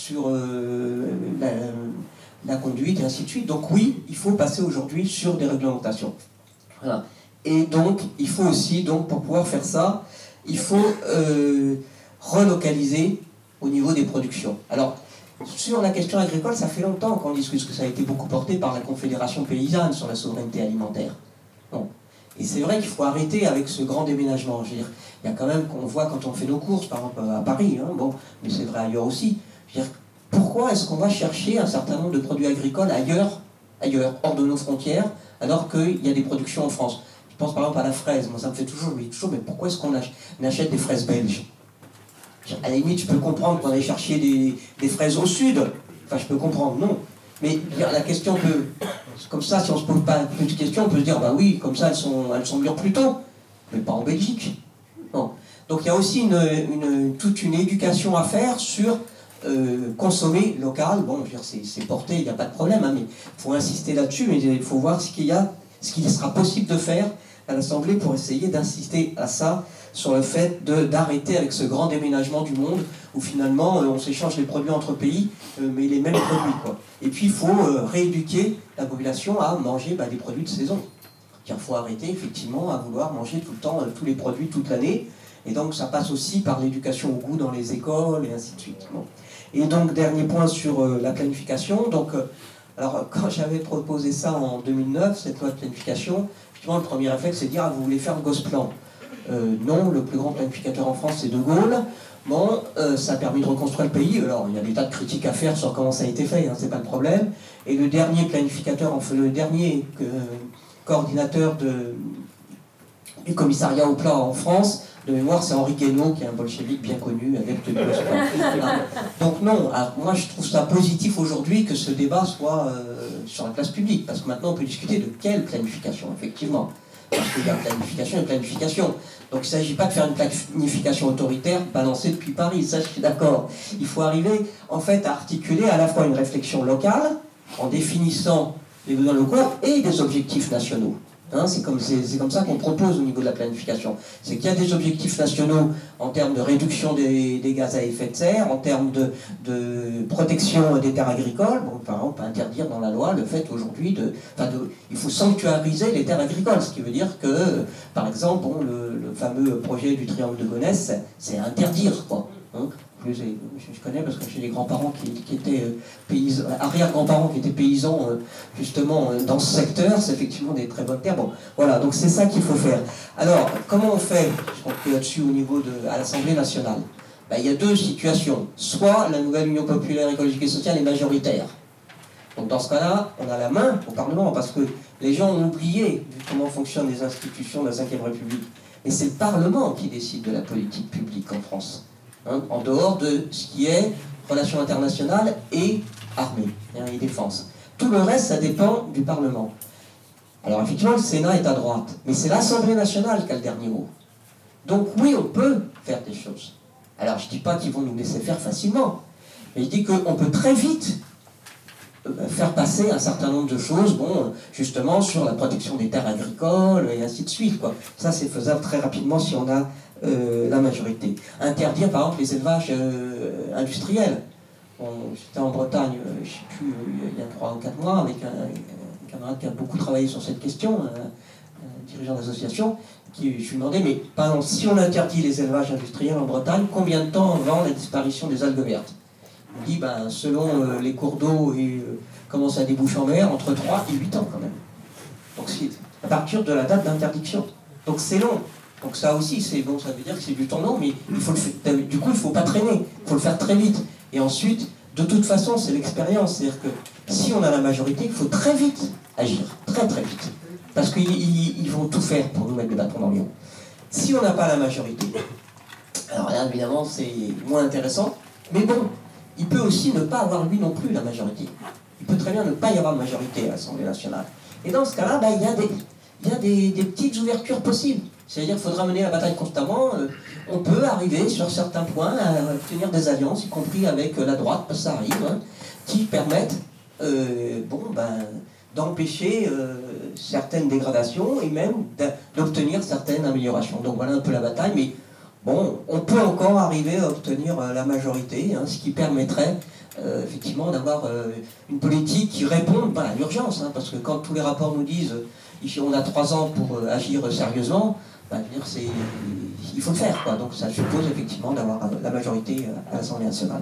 la conduite et ainsi de suite. Donc oui, il faut passer aujourd'hui sur des réglementations. Voilà. Et donc, il faut aussi, donc, pour pouvoir faire ça, il faut relocaliser au niveau des productions. Alors, sur la question agricole, ça fait longtemps qu'on discute, parce que ça a été beaucoup porté par la Confédération paysanne sur la souveraineté alimentaire. Bon. Et c'est vrai qu'il faut arrêter avec ce grand déménagement. Je veux dire, il y a quand même, qu'on voit quand on fait nos courses, par exemple à Paris, bon, mais c'est vrai ailleurs aussi. Je veux dire, pourquoi est-ce qu'on va chercher un certain nombre de produits agricoles ailleurs ailleurs, hors de nos frontières, alors qu'il y a des productions en France. Je pense par exemple à la fraise. Moi, ça me fait toujours, mais pourquoi est-ce qu'on achète des fraises belges? À la limite, je peux comprendre qu'on aille chercher des fraises au sud. Enfin, je peux comprendre, non. Mais la question peut... Comme ça, si on ne se pose pas une petite question, on peut se dire, bah oui, comme ça, elles sont mûres plus tôt. Mais pas en Belgique. Non. Donc il y a aussi toute une éducation à faire sur consommer local. Bon, je veux dire, c'est porté, il n'y a pas de problème, hein, mais il faut insister là-dessus, mais il faut voir ce qu'il sera possible de faire à l'Assemblée pour essayer d'insister à ça, sur le fait d'arrêter avec ce grand déménagement du monde où finalement on s'échange les produits entre pays, mais les mêmes produits, quoi. Et puis il faut rééduquer la population à manger des produits de saison. Il faut arrêter effectivement à vouloir manger tout le temps tous les produits toute l'année. Et donc ça passe aussi par l'éducation au goût dans les écoles et ainsi de suite. Bon. Et donc dernier point sur la planification. Donc, alors quand j'avais proposé ça en 2009, cette loi de planification, effectivement le premier réflexe c'est de dire vous voulez faire le Gosplan. Non, le plus grand planificateur en France c'est De Gaulle. Bon, ça a permis de reconstruire le pays. Alors il y a des tas de critiques à faire sur comment ça a été fait, hein, c'est pas le problème. Et le dernier planificateur, enfin le dernier coordinateur du commissariat au plan en France, de mémoire, c'est Henri Guénaud, qui est un bolchevique bien connu, adepte du Gosplan. Donc non, moi je trouve ça positif aujourd'hui que ce débat soit sur la place publique, parce que maintenant on peut discuter de quelle planification, effectivement. Parce qu'il y a planification et planification. Donc il ne s'agit pas de faire une planification autoritaire balancée depuis Paris, ça je suis d'accord. Il faut arriver en fait à articuler à la fois une réflexion locale, en définissant les besoins locaux et des objectifs nationaux. Hein, c'est comme ça qu'on propose au niveau de la planification. C'est qu'il y a des objectifs nationaux en termes de réduction des gaz à effet de serre, en termes de protection des terres agricoles. Bon, par exemple, on peut interdire dans la loi le fait aujourd'hui il faut sanctuariser les terres agricoles, ce qui veut dire que, par exemple, le fameux projet du triangle de Gonesse, c'est interdire, quoi. Hein. Je connais parce que j'ai des grands-parents qui étaient paysans, arrière-grands-parents qui étaient paysans justement dans ce secteur, c'est effectivement des très bonnes terres. Bon, voilà, donc c'est ça qu'il faut faire. Alors, comment on fait? Je conclue là-dessus au niveau à l'Assemblée nationale. Il y a deux situations. Soit la nouvelle Union populaire écologique et sociale est majoritaire. Donc dans ce cas-là, on a la main au Parlement, parce que les gens ont oublié comment fonctionnent les institutions de la Ve République. Et c'est le Parlement qui décide de la politique publique en France. Hein, en dehors de ce qui est relations internationales et armée, et défense. Tout le reste, ça dépend du Parlement. Alors effectivement, le Sénat est à droite, mais c'est l'Assemblée nationale qui a le dernier mot. Donc oui, on peut faire des choses. Alors je ne dis pas qu'ils vont nous laisser faire facilement, mais je dis qu'on peut très vite faire passer un certain nombre de choses, bon, justement sur la protection des terres agricoles et ainsi de suite, quoi. Ça c'est faisable très rapidement si on a la majorité. Interdire par exemple les élevages industriels. J'étais en Bretagne, je ne sais plus, il y a 3 ou 4 mois, avec un camarade qui a beaucoup travaillé sur cette question, un dirigeant d'association, je lui demandais, mais par exemple, si on interdit les élevages industriels en Bretagne, combien de temps avant la disparition des algues vertes? On dit, selon les cours d'eau et comment ça débouche en mer, entre 3 et 8 ans quand même. Donc c'est à partir de la date d'interdiction. Donc c'est long. Donc ça aussi, c'est bon, ça veut dire que c'est du temps long, mais du coup, il ne faut pas traîner, il faut le faire très vite. Et ensuite, de toute façon, c'est l'expérience. C'est-à-dire que si on a la majorité, il faut très vite agir, très très vite. Parce qu'ils vont tout faire pour nous mettre des bâtons dans les roues. Si on n'a pas la majorité, alors là, évidemment, c'est moins intéressant, mais bon, il peut aussi ne pas avoir lui non plus la majorité. Il peut très bien ne pas y avoir de majorité à l'Assemblée nationale. Et dans ce cas-là, il y a des petites ouvertures possibles. C'est-à-dire qu'il faudra mener la bataille constamment. On peut arriver sur certains points à obtenir des alliances, y compris avec la droite, parce que ça arrive, hein, qui permettent d'empêcher certaines dégradations et même d'obtenir certaines améliorations. Donc voilà un peu la bataille, mais bon, on peut encore arriver à obtenir la majorité, hein, ce qui permettrait effectivement d'avoir une politique qui réponde à l'urgence, hein, parce que quand tous les rapports nous disent on a 3 ans pour agir sérieusement, il faut le faire, quoi. Donc ça suppose effectivement d'avoir la majorité à l'Assemblée nationale.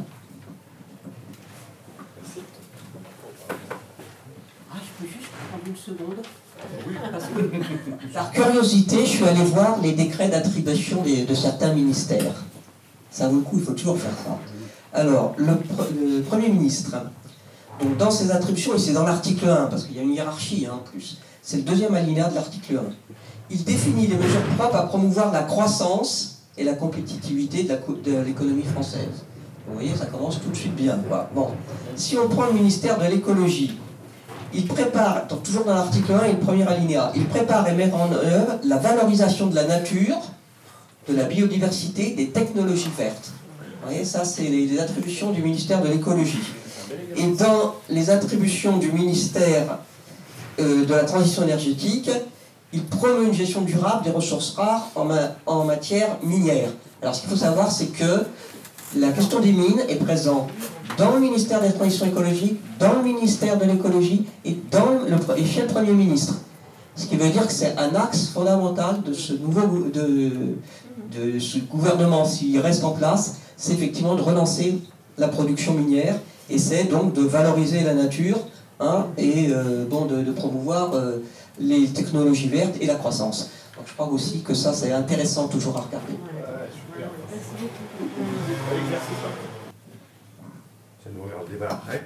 Je peux juste prendre une seconde. Parce que, par curiosité, je suis allé voir les décrets d'attribution de certains ministères. Ça vaut le coup, il faut toujours faire ça. Alors, le Premier ministre Donc dans ses attributions, et c'est dans l'article 1, parce qu'il y a une hiérarchie en plus, c'est le deuxième alinéa de l'article 1. Il définit les mesures propres à promouvoir la croissance et la compétitivité de l'économie française. Vous voyez, ça commence tout de suite bien, quoi. Bon. Si on prend le ministère de l'écologie, il prépare, donc toujours dans l'article 1 et le premier alinéa, il prépare et met en œuvre la valorisation de la nature, de la biodiversité, des technologies vertes. Vous voyez, ça c'est les attributions du ministère de l'écologie. Et dans les attributions du ministère de la transition énergétique, il promeut une gestion durable des ressources rares en matière minière. Alors ce qu'il faut savoir, c'est que la question des mines est présente dans le ministère de la transition écologique, dans le ministère de l'écologie et chez le Premier ministre. Ce qui veut dire que c'est un axe fondamental de ce de ce gouvernement, s'il reste en place, c'est effectivement de relancer la production minière, et c'est donc de valoriser la nature, et de promouvoir les technologies vertes et la croissance. Donc je crois aussi que ça, c'est intéressant toujours à regarder. Ça nous ouvre le débat après.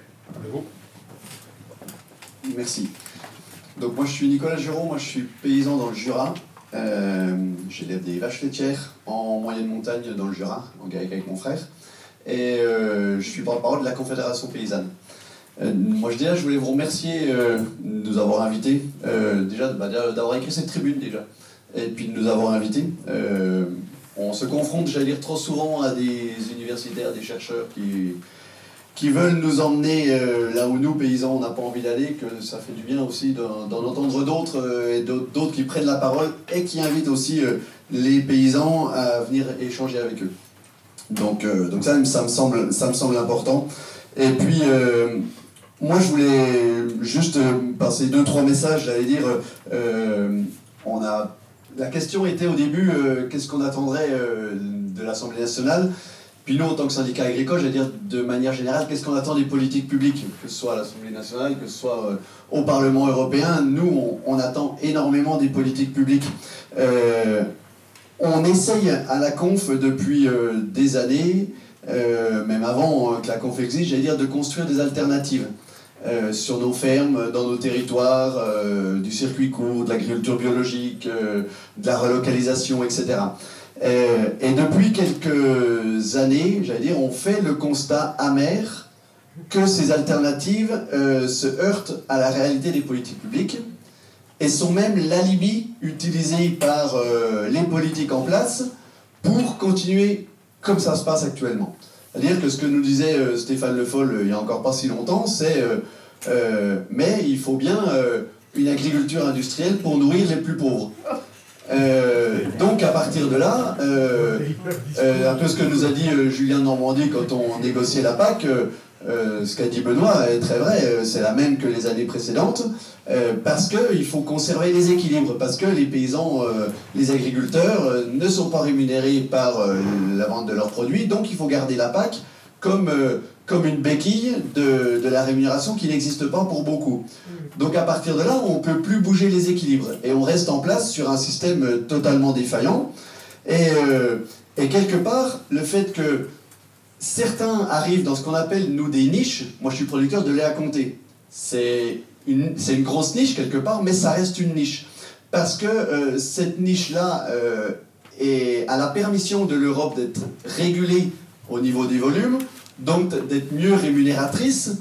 Merci. Donc moi je suis Nicolas Juron, moi je suis paysan dans le Jura. J'élève des vaches laitières en moyenne montagne dans le Jura, en Garrigue avec mon frère. Et je suis porte-parole de la Confédération paysanne. Moi je voulais vous remercier de nous avoir invités, d'avoir écrit cette tribune déjà, et puis de nous avoir invités. On se confronte, j'allais dire, trop souvent à des universitaires, des chercheurs qui veulent nous emmener là où nous, paysans, on n'a pas envie d'aller, que ça fait du bien aussi d'en entendre d'autres, et d'autres qui prennent la parole et qui invitent aussi les paysans à venir échanger avec eux. Donc ça me semble important. Et puis, moi, je voulais juste passer 2-3 messages, j'allais dire, la question était au début, qu'est-ce qu'on attendrait de l'Assemblée nationale ? Puis nous, en tant que syndicat agricole, j'allais dire de manière générale, qu'est-ce qu'on attend des politiques publiques, que ce soit à l'Assemblée nationale, que ce soit au Parlement européen. Nous, on attend énormément des politiques publiques. On essaye à la conf depuis des années, même avant que la conf existe, j'allais dire de construire des alternatives sur nos fermes, dans nos territoires, du circuit court, de l'agriculture biologique, de la relocalisation, etc. Et depuis quelques années, j'allais dire, on fait le constat amer que ces alternatives se heurtent à la réalité des politiques publiques et sont même l'alibi utilisé par les politiques en place pour continuer comme ça se passe actuellement. C'est-à-dire que ce que nous disait Stéphane Le Foll il n'y a encore pas si longtemps, c'est mais il faut bien une agriculture industrielle pour nourrir les plus pauvres. Donc à partir de là, un peu ce que nous a dit Julien Normandie quand on négociait la PAC, ce qu'a dit Benoît est très vrai, c'est la même que les années précédentes, parce qu'il faut conserver les équilibres, parce que les paysans, les agriculteurs ne sont pas rémunérés par la vente de leurs produits, donc il faut garder la PAC comme une béquille de la rémunération qui n'existe pas pour beaucoup. Donc à partir de là, on ne peut plus bouger les équilibres, et on reste en place sur un système totalement défaillant, et quelque part, le fait que certains arrivent dans ce qu'on appelle, nous, des niches. Moi, je suis producteur de lait à comté. C'est une grosse niche, quelque part, mais ça reste une niche. Parce que cette niche-là a la permission de l'Europe d'être régulée au niveau des volumes, donc d'être mieux rémunératrice.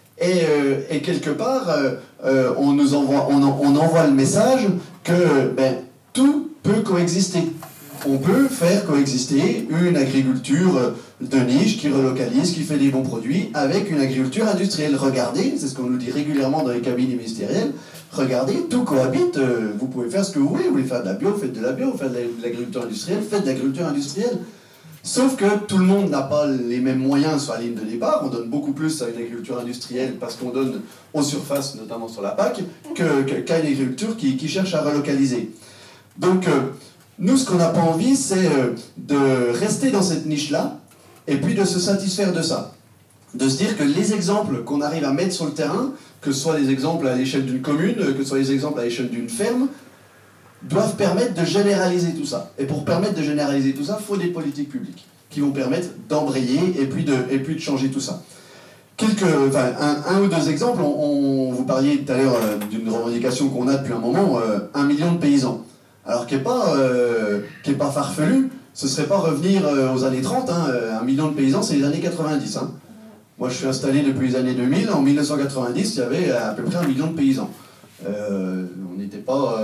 Et quelque part, on envoie le message que tout peut coexister. On peut faire coexister une agriculture de niche qui relocalise, qui fait des bons produits, avec une agriculture industrielle. Regardez, c'est ce qu'on nous dit régulièrement dans les cabinets ministériels, regardez, tout cohabite, vous pouvez faire ce que vous voulez faire de la bio, faites de la bio, faites de l'agriculture industrielle, faites de l'agriculture industrielle. Sauf que tout le monde n'a pas les mêmes moyens sur la ligne de départ, on donne beaucoup plus à une agriculture industrielle parce qu'on donne aux surfaces, notamment sur la PAC, qu'à une agriculture qui cherche à relocaliser. Donc, nous, ce qu'on n'a pas envie, c'est de rester dans cette niche-là, et puis de se satisfaire de ça. De se dire que les exemples qu'on arrive à mettre sur le terrain, que ce soit les exemples à l'échelle d'une commune, que ce soit les exemples à l'échelle d'une ferme, doivent permettre de généraliser tout ça. Et pour permettre de généraliser tout ça, il faut des politiques publiques qui vont permettre d'embrayer et puis de changer tout ça. un ou deux exemples. Vous parliez tout à l'heure d'une revendication qu'on a depuis un moment, 1 million de paysans. Alors qui n'est pas farfelu, ce ne serait pas revenir aux années 30, 1 million de paysans, c'est les années 90. Moi, je suis installé depuis les années 2000. En 1990, il y avait à peu près 1 million de paysans. On n'était pas...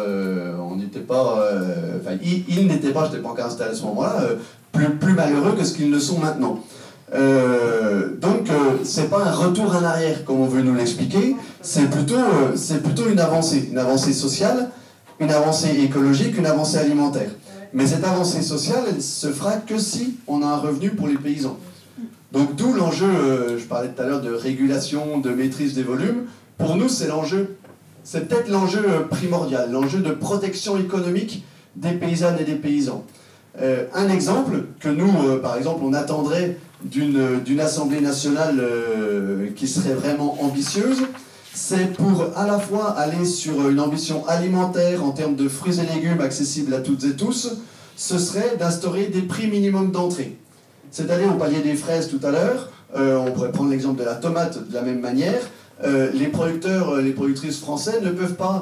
ils n'étaient pas, je n'étais pas encore installé à ce moment-là, plus malheureux que ce qu'ils ne sont maintenant. Donc, c'est pas un retour en arrière, comme on veut nous l'expliquer, c'est plutôt une avancée sociale, une avancée écologique, une avancée alimentaire. Mais cette avancée sociale, elle se fera que si on a un revenu pour les paysans. Donc d'où l'enjeu, je parlais tout à l'heure de régulation, de maîtrise des volumes. Pour nous, c'est peut-être l'enjeu primordial, l'enjeu de protection économique des paysannes et des paysans. Un exemple que nous, par exemple, on attendrait d'une Assemblée nationale qui serait vraiment ambitieuse, c'est pour à la fois aller sur une ambition alimentaire en termes de fruits et légumes accessibles à toutes et tous, ce serait d'instaurer des prix minimums d'entrée. C'est-à-dire, on parlait des fraises tout à l'heure, on pourrait prendre l'exemple de la tomate de la même manière. Les producteurs, les productrices français ne peuvent pas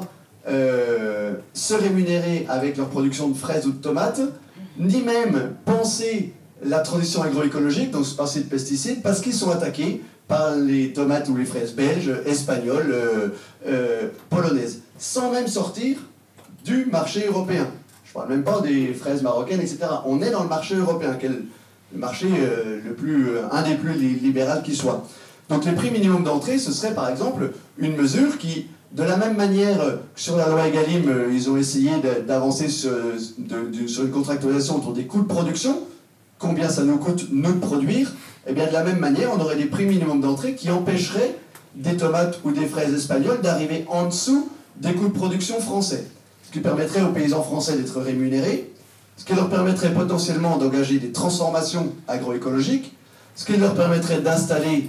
se rémunérer avec leur production de fraises ou de tomates, ni même penser la transition agroécologique, donc se passer de pesticides, parce qu'ils sont attaqués par les tomates ou les fraises belges, espagnoles, polonaises, sans même sortir du marché européen. Je ne parle même pas des fraises marocaines, etc. On est dans le marché européen, qui est le marché un des plus libéraux qui soit. Donc les prix minimums d'entrée, ce serait par exemple une mesure qui, de la même manière que sur la loi Egalim, ils ont essayé d'avancer sur une contractualisation autour des coûts de production, combien ça nous coûte, nous, de produire, et bien de la même manière, on aurait des prix minimums d'entrée qui empêcheraient des tomates ou des fraises espagnoles d'arriver en dessous des coûts de production français. Ce qui permettrait aux paysans français d'être rémunérés, ce qui leur permettrait potentiellement d'engager des transformations agroécologiques, ce qui leur permettrait d'installer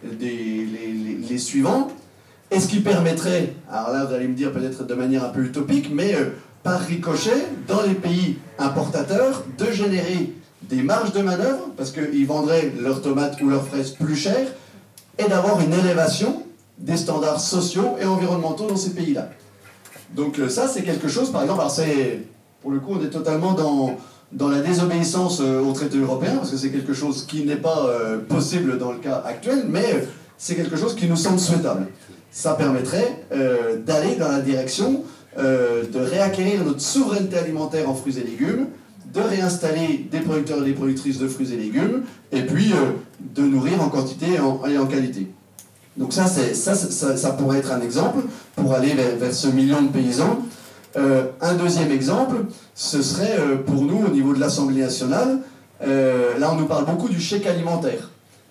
les suivants, et ce qui permettrait, alors là vous allez me dire peut-être de manière un peu utopique, mais par ricochet, dans les pays importateurs, de générer des marges de manœuvre, parce qu'ils vendraient leurs tomates ou leurs fraises plus chères, et d'avoir une élévation des standards sociaux et environnementaux dans ces pays-là. Donc ça, c'est quelque chose, par exemple, alors pour le coup, on est totalement dans la désobéissance au traité européen, parce que c'est quelque chose qui n'est pas possible dans le cas actuel, mais c'est quelque chose qui nous semble souhaitable. Ça permettrait d'aller dans la direction de réacquérir notre souveraineté alimentaire en fruits et légumes, de réinstaller des producteurs et des productrices de fruits et légumes, et puis de nourrir en quantité et en qualité. Donc ça pourrait être un exemple pour aller vers ce million de paysans. Un deuxième exemple, ce serait pour nous au niveau de l'Assemblée nationale, là on nous parle beaucoup du chèque alimentaire.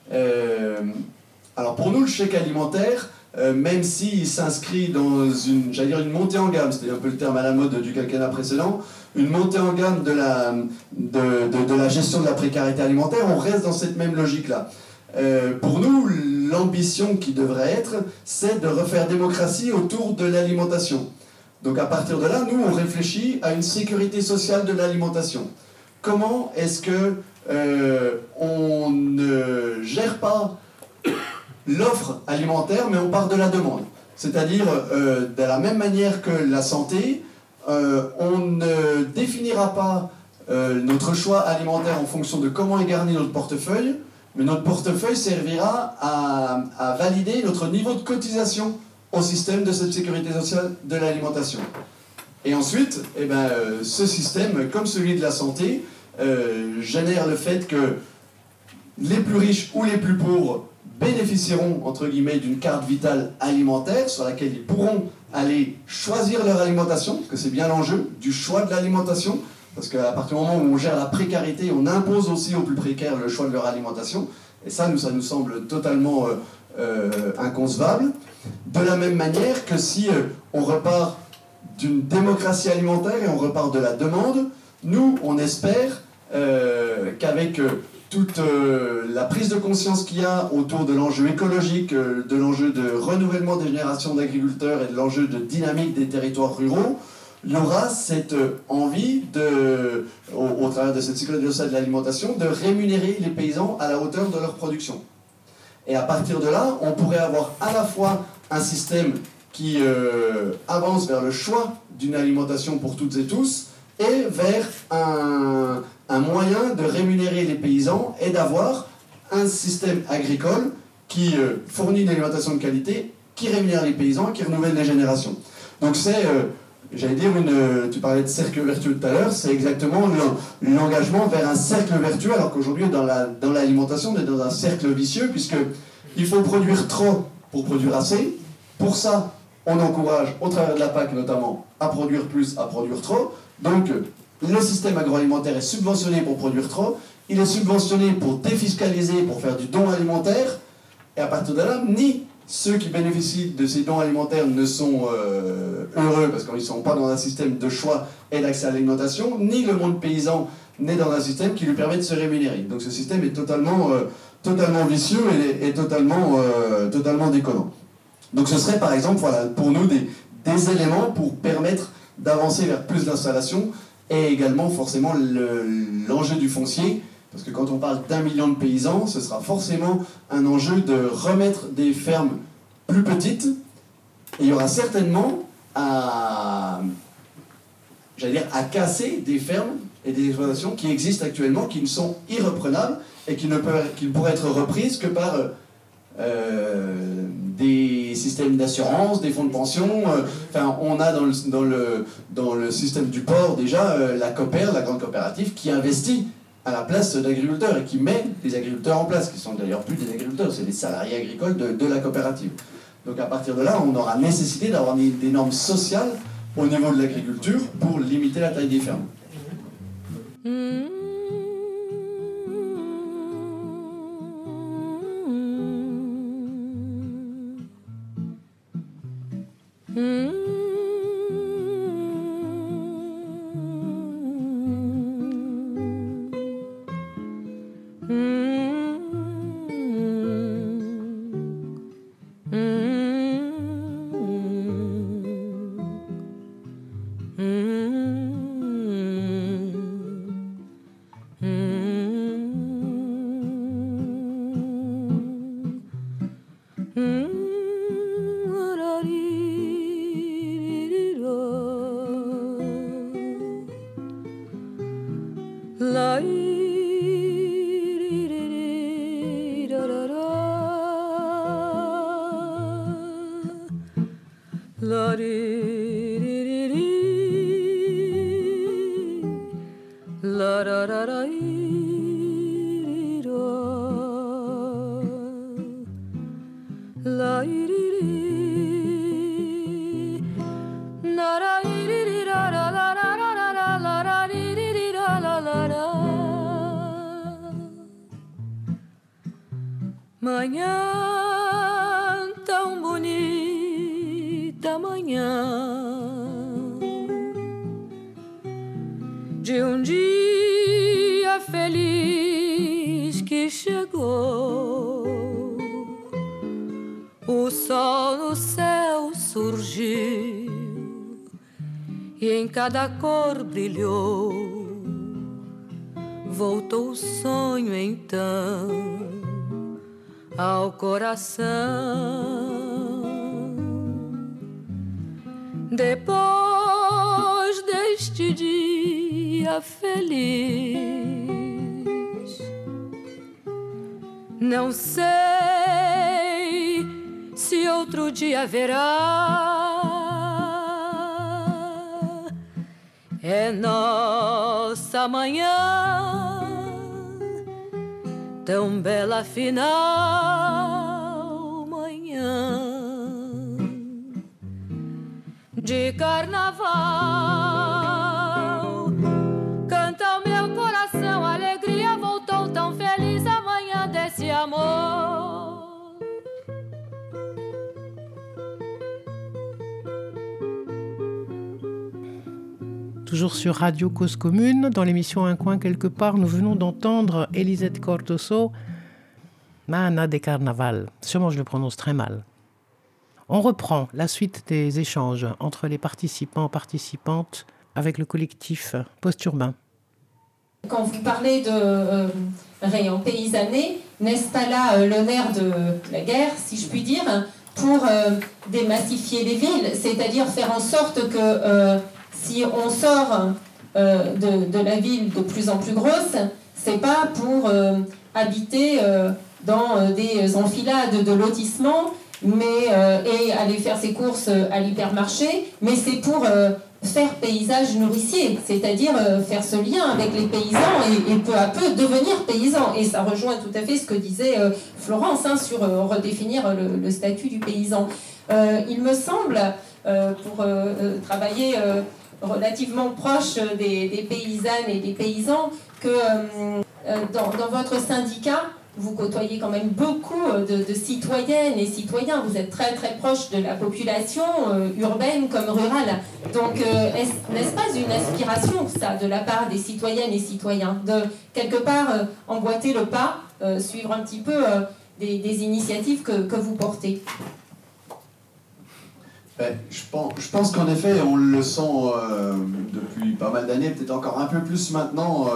Alors pour nous le chèque alimentaire, même s'il s'inscrit dans une montée en gamme, c'était un peu le terme à la mode du quinquennat précédent, une montée en gamme de la gestion de la précarité alimentaire, on reste dans cette même logique-là. Pour nous, l'ambition qui devrait être, c'est de refaire démocratie autour de l'alimentation. Donc à partir de là, nous, on réfléchit à une sécurité sociale de l'alimentation. Comment est-ce que on ne gère pas l'offre alimentaire, mais on part de la demande? C'est-à-dire, de la même manière que la santé, on ne définira pas notre choix alimentaire en fonction de comment est garni notre portefeuille, mais notre portefeuille servira à valider notre niveau de cotisation au système de cette sécurité sociale de l'alimentation. Et ensuite, ce système, comme celui de la santé, génère le fait que les plus riches ou les plus pauvres bénéficieront, entre guillemets, d'une carte vitale alimentaire sur laquelle ils pourront aller choisir leur alimentation, parce que c'est bien l'enjeu du choix de l'alimentation, parce qu'à partir du moment où on gère la précarité, on impose aussi aux plus précaires le choix de leur alimentation, et ça nous semble totalement inconcevable. De la même manière que si on repart d'une démocratie alimentaire et on repart de la demande, nous, on espère qu'avec toute la prise de conscience qu'il y a autour de l'enjeu écologique, de l'enjeu de renouvellement des générations d'agriculteurs et de l'enjeu de dynamique des territoires ruraux, il y aura cette envie, au travers de cette sécurité sociale de l'alimentation, de rémunérer les paysans à la hauteur de leur production. Et à partir de là, on pourrait avoir à la fois un système qui avance vers le choix d'une alimentation pour toutes et tous, et vers un moyen de rémunérer les paysans et d'avoir un système agricole qui fournit une alimentation de qualité, qui rémunère les paysans, qui renouvelle les générations. Donc c'est, j'allais dire, tu parlais de cercle vertueux tout à l'heure, c'est exactement l'engagement vers un cercle vertueux, alors qu'aujourd'hui dans l'alimentation on est dans un cercle vicieux, puisqu'il faut produire trop pour produire assez. Pour ça, on encourage, au travers de la PAC notamment, à produire plus, à produire trop. Donc, le système agroalimentaire est subventionné pour produire trop, il est subventionné pour défiscaliser, pour faire du don alimentaire, et à partir de là, ni ceux qui bénéficient de ces dons alimentaires ne sont heureux parce qu'ils ne sont pas dans un système de choix et d'accès à l'alimentation, ni le monde paysan n'est dans un système qui lui permet de se rémunérer. Donc ce système est totalement vicieux et totalement déconnant. Donc ce serait par exemple pour nous des éléments pour permettre d'avancer vers plus d'installations et également forcément l'enjeu du foncier, parce que quand on parle d'1 million de paysans, ce sera forcément un enjeu de remettre des fermes plus petites, et il y aura certainement à casser des fermes et des exploitations qui existent actuellement, qui ne sont irreprenables et qui ne pourraient être reprises que par des systèmes d'assurance, des fonds de pension. On a dans le système du port déjà la Coopère, la grande coopérative, qui investit à la place d'agriculteurs et qui met des agriculteurs en place, qui sont d'ailleurs plus des agriculteurs, c'est des salariés agricoles de la coopérative. Donc à partir de là, on aura nécessité d'avoir des normes sociales au niveau de l'agriculture pour limiter la taille des fermes. Manhã tão bonita, manhã de dia feliz que chegou, o sol no céu surgiu e em cada cor brilhou, voltou o sonho então ao coração. Depois deste dia feliz, não sei se outro dia haverá. É nossa manhã tão bela final, manhã de carnaval. Canta o meu coração, a alegria voltou tão feliz, a manhã desse amor. Toujours sur Radio Cause Commune, dans l'émission Un coin quelque part, nous venons d'entendre Elisette Cortoso, Mana de Carnaval. Sûrement je le prononce très mal. On reprend la suite des échanges entre les participantes avec le collectif Post-Urbain. Quand vous parlez de rayons paysanné, n'est-ce pas là le nerf de la guerre, si je puis dire, pour démassifier les villes, c'est-à-dire faire en sorte que si on sort de la ville de plus en plus grosse, c'est pas pour habiter dans des enfilades de lotissements et aller faire ses courses à l'hypermarché, mais c'est pour faire paysage nourricier, c'est-à-dire faire ce lien avec les paysans et peu à peu devenir paysan. Et ça rejoint tout à fait ce que disait Florence sur redéfinir le statut du paysan. Il me semble, pour travailler relativement proche des paysannes et des paysans, que dans votre syndicat, vous côtoyez quand même beaucoup de citoyennes et citoyens. Vous êtes très très proche de la population urbaine comme rurale. Donc, n'est-ce pas une aspiration, ça, de la part des citoyennes et citoyens, de quelque part emboîter le pas, suivre un petit peu des initiatives que vous portez? Je pense qu'en effet, on le sent depuis pas mal d'années, peut-être encore un peu plus maintenant,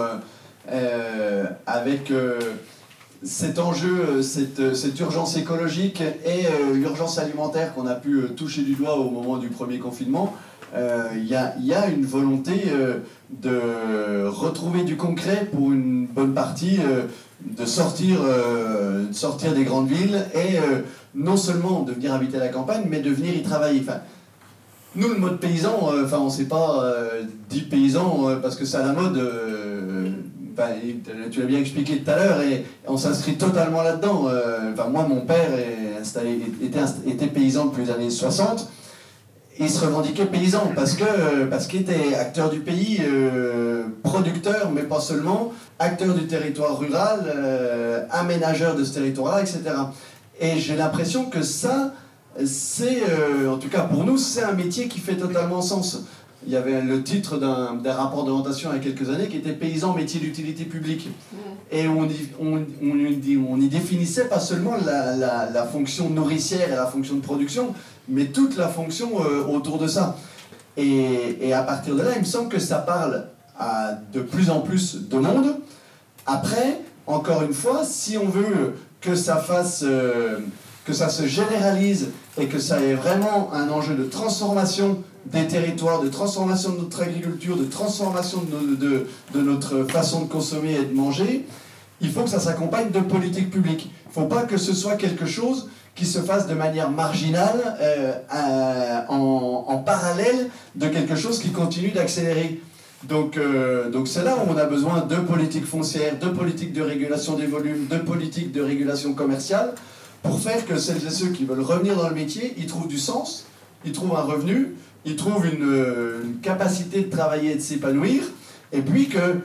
avec cet enjeu, cette urgence écologique et l'urgence alimentaire qu'on a pu toucher du doigt au moment du premier confinement. Il y a une volonté de retrouver du concret pour une bonne partie, de sortir des grandes villes et non seulement de venir habiter à la campagne, mais de venir y travailler. Enfin, nous, le mode paysan, on ne s'est pas dit paysan parce que c'est à la mode. Tu l'as bien expliqué tout à l'heure et on s'inscrit totalement là-dedans. Moi, mon père était paysan depuis les années 60. Il se revendiquait paysan parce qu'il était acteur du pays, producteur, mais pas seulement, acteur du territoire rural, aménageur de ce territoire-là, etc. Et j'ai l'impression que ça, c'est, en tout cas pour nous, c'est un métier qui fait totalement sens. Il y avait le titre d'un rapport d'orientation il y a quelques années qui était « Paysan, métier d'utilité publique ». Et on y définissait pas seulement la fonction nourricière et la fonction de production, mais toute la fonction autour de ça. Et à partir de là, il me semble que ça parle à de plus en plus de monde. Après, encore une fois, si on veut que ça se généralise et que ça ait vraiment un enjeu de transformation des territoires, de transformation de notre agriculture, de transformation de notre façon de consommer et de manger, il faut que ça s'accompagne de politiques publiques. Il ne faut pas que ce soit quelque chose qui se fasse de manière marginale, en parallèle de quelque chose qui continue d'accélérer. Donc c'est là où on a besoin de politiques foncières, de politiques de régulation des volumes, de politiques de régulation commerciale, pour faire que celles et ceux qui veulent revenir dans le métier, ils trouvent du sens, ils trouvent un revenu, ils trouvent une capacité de travailler et de s'épanouir, et puis que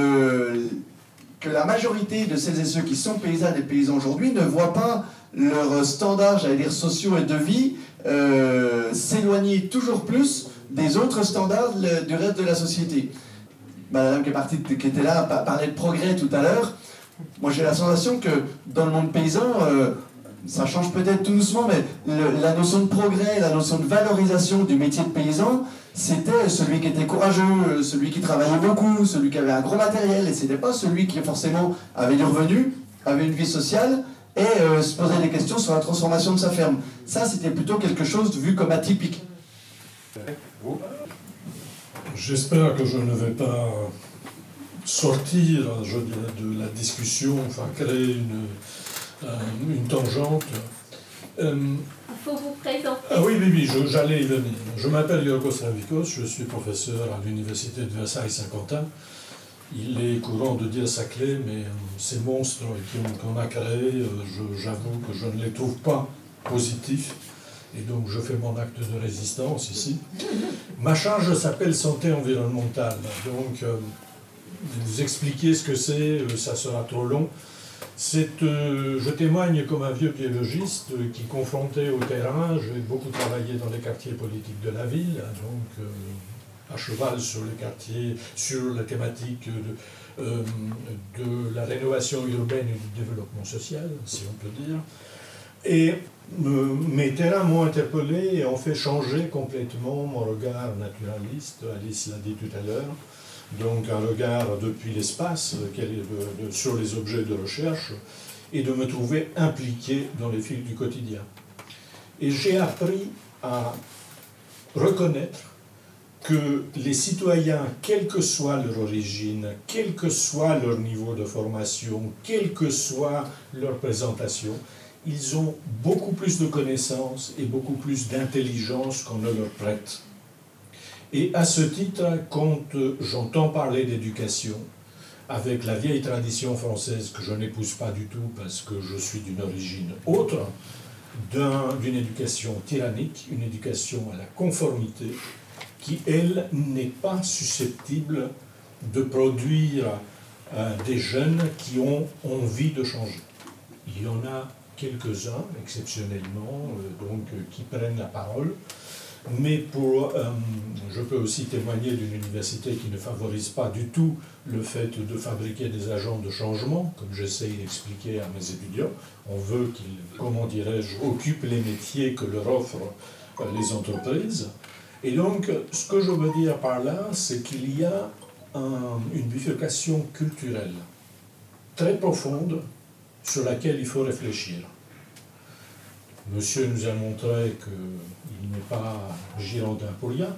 la majorité de celles et ceux qui sont paysannes et paysans aujourd'hui ne voient pas leurs standards, j'allais dire, sociaux et de vie s'éloigner toujours plus des autres standards du reste de la société. Madame qui était là, parlait de progrès tout à l'heure. Moi j'ai la sensation que dans le monde paysan, ça change peut-être tout doucement, mais la notion de progrès, la notion de valorisation du métier de paysan, c'était celui qui était courageux, celui qui travaillait beaucoup, celui qui avait un gros matériel, et c'était pas celui qui forcément avait du revenu, avait une vie sociale, et se posait des questions sur la transformation de sa ferme. Ça, c'était plutôt quelque chose vu comme atypique. J'espère que je ne vais pas sortir, je dirais, de la discussion, créer une tangente. Il faut vous présenter. Ah oui, j'allais y venir. Je m'appelle Yorgos Ravicos, je suis professeur à l'université de Versailles-Saint-Quentin. Il est courant de dire ça clé, mais ces monstres qu'on a créés, j'avoue que je ne les trouve pas positifs. Et donc je fais mon acte de résistance ici. Ma charge s'appelle santé environnementale. Donc vous expliquer ce que c'est, ça sera trop long. Je témoigne comme un vieux biologiste qui, confronté au terrain, j'ai beaucoup travaillé dans les quartiers politiques de la ville, donc à cheval sur les quartiers, sur la thématique de la rénovation urbaine et du développement social, si on peut dire. Et mes terrains m'ont interpellé et ont fait changer complètement mon regard naturaliste, Alice l'a dit tout à l'heure. Donc un regard depuis l'espace sur les objets de recherche et de me trouver impliqué dans les fils du quotidien. Et j'ai appris à reconnaître que les citoyens, quelle que soit leur origine, quel que soit leur niveau de formation, quelle que soit leur présentation, ils ont beaucoup plus de connaissances et beaucoup plus d'intelligence qu'on ne leur prête. Et à ce titre, quand j'entends parler d'éducation, avec la vieille tradition française que je n'épouse pas du tout parce que je suis d'une origine autre, d'une éducation tyrannique, une éducation à la conformité, qui, elle, n'est pas susceptible de produire des jeunes qui ont envie de changer. Il y en a quelques-uns, exceptionnellement, qui prennent la parole, mais je peux aussi témoigner d'une université qui ne favorise pas du tout le fait de fabriquer des agents de changement, comme j'essaye d'expliquer à mes étudiants. On veut qu'ils, occupent les métiers que leur offrent les entreprises. Et donc, ce que je veux dire par là, c'est qu'il y a une bifurcation culturelle très profonde sur laquelle il faut réfléchir. Monsieur nous a montré qu'il n'est pas girondin pour rien.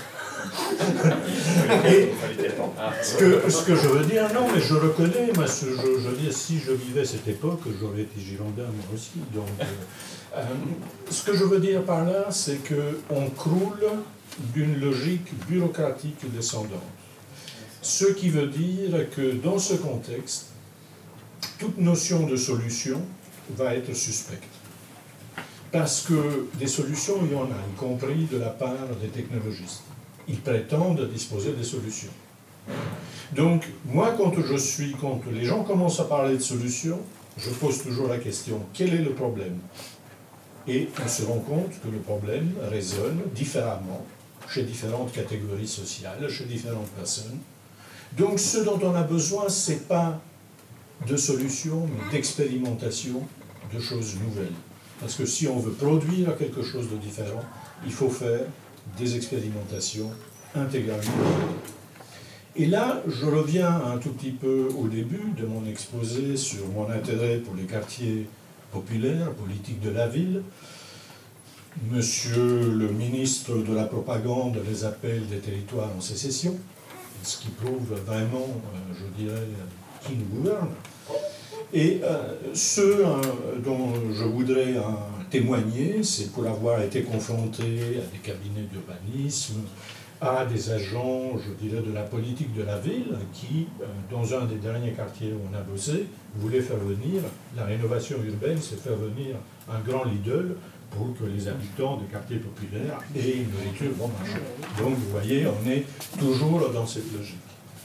Et ce que je veux dire, non, mais je reconnais, moi, je veux dire, si je vivais cette époque, j'aurais été girondin moi aussi. Donc, ce que je veux dire par là, c'est qu'on croule d'une logique bureaucratique descendante. Ce qui veut dire que dans ce contexte, toute notion de solution va être suspecte. Parce que des solutions, il y en a, y compris de la part des technologistes. Ils prétendent disposer des solutions. Donc, moi, quand les gens commencent à parler de solutions, je pose toujours la question, quel est le problème? Et on se rend compte que le problème résonne différemment chez différentes catégories sociales, chez différentes personnes. Donc, ce dont on a besoin, ce n'est pas de solutions, mais d'expérimentation de choses nouvelles. Parce que si on veut produire quelque chose de différent, il faut faire des expérimentations intégralement. Et là, je reviens un tout petit peu au début de mon exposé sur mon intérêt pour les quartiers populaires, politique de la ville. Monsieur le ministre de la Propagande les appelle des territoires en sécession, ce qui prouve vraiment, je dirais, qui nous gouverne. Et ce dont je voudrais témoigner, c'est pour avoir été confronté à des cabinets d'urbanisme, à des agents, je dirais, de la politique de la ville, qui, dans un des derniers quartiers où on a bossé, voulaient faire venir, la rénovation urbaine, c'est faire venir un grand Lidl pour que les habitants des quartiers populaires aient une nourriture bon marché. Donc, vous voyez, on est toujours dans cette logique.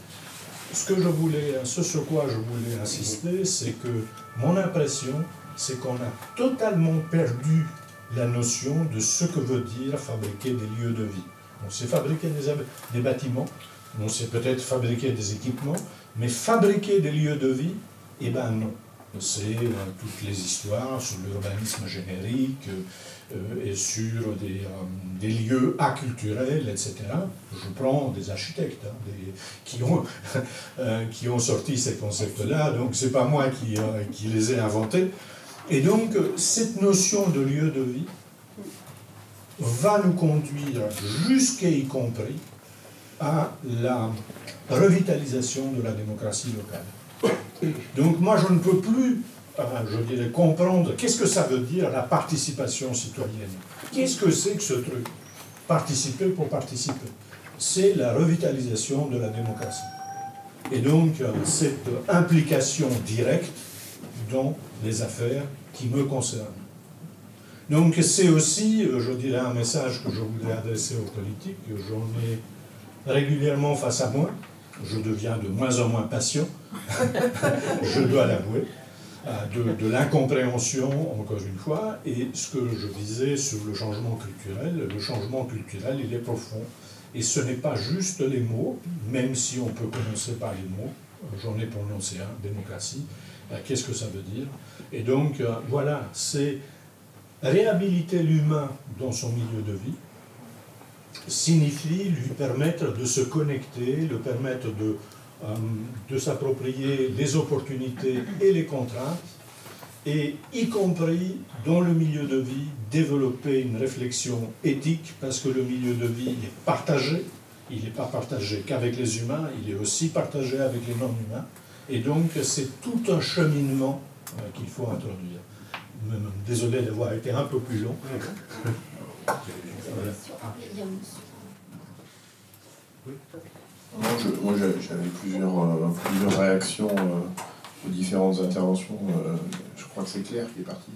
Ce sur quoi je voulais insister, c'est que mon impression, c'est qu'on a totalement perdu la notion de ce que veut dire fabriquer des lieux de vie. On sait fabriquer des bâtiments, on sait peut-être fabriquer des équipements, mais fabriquer des lieux de vie, eh bien non. C'est toutes les histoires sur l'urbanisme générique et sur des lieux acculturels, etc. Je prends des architectes qui ont sorti ces concepts-là, donc ce n'est pas moi qui les ai inventés. Et donc, cette notion de lieu de vie va nous conduire jusqu'à y compris à la revitalisation de la démocratie locale. Donc moi, je ne peux plus, je dirais, comprendre qu'est-ce que ça veut dire la participation citoyenne. Qu'est-ce que c'est que ce truc? Participer pour participer. C'est la revitalisation de la démocratie. Et donc, cette implication directe dans les affaires qui me concernent. Donc c'est aussi, je dirais, un message que je voudrais adresser aux politiques. J'en ai régulièrement face à moi. Je deviens de moins en moins patient, je dois l'avouer, de l'incompréhension, encore une fois, et ce que je disais sur le changement culturel, il est profond. Et ce n'est pas juste les mots, même si on peut commencer par les mots. J'en ai prononcé un, démocratie. Qu'est-ce que ça veut dire? Et donc, voilà, c'est réhabiliter l'humain dans son milieu de vie, signifie lui permettre de se connecter, lui permettre de s'approprier les opportunités et les contraintes, et y compris dans le milieu de vie, développer une réflexion éthique, parce que le milieu de vie est partagé, il n'est pas partagé qu'avec les humains, il est aussi partagé avec les non-humains, et donc c'est tout un cheminement qu'il faut introduire. Désolé d'avoir été un peu plus long. Voilà. Moi, j'avais plusieurs réactions aux différentes interventions. Je crois que c'est Claire qui est partie.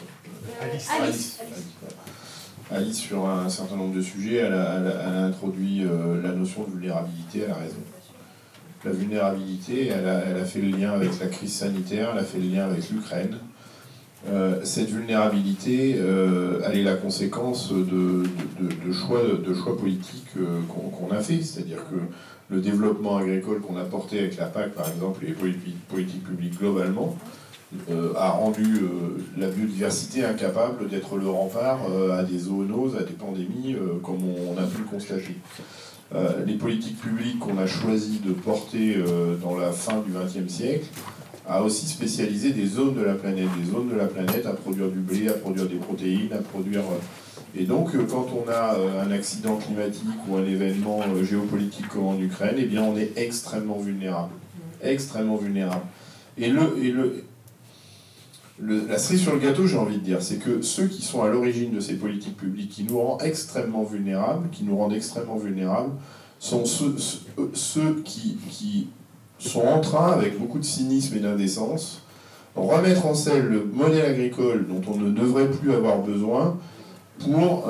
Alice, sur un certain nombre de sujets, elle a introduit la notion de vulnérabilité, elle a raison. La vulnérabilité, elle a fait le lien avec la crise sanitaire, elle a fait le lien avec l'Ukraine. Cette vulnérabilité, elle est la conséquence de choix politiques qu'on a fait. C'est-à-dire que le développement agricole qu'on a porté avec la PAC, par exemple, et les politiques publiques globalement, a rendu la biodiversité incapable d'être le rempart à des zoonoses, à des pandémies, comme on a pu le constater. Les politiques publiques qu'on a choisi de porter dans la fin du XXe siècle a aussi spécialisé des zones de la planète à produire du blé, à produire des protéines, à produire... Et donc, quand on a un accident climatique ou un événement géopolitique comme en Ukraine, eh bien, on est extrêmement vulnérable. Extrêmement vulnérable. Et la cerise sur le gâteau, j'ai envie de dire, c'est que ceux qui sont à l'origine de ces politiques publiques qui nous rendent extrêmement vulnérables, sont ceux qui sont en train, avec beaucoup de cynisme et d'indécence, remettre en selle le modèle agricole dont on ne devrait plus avoir besoin pour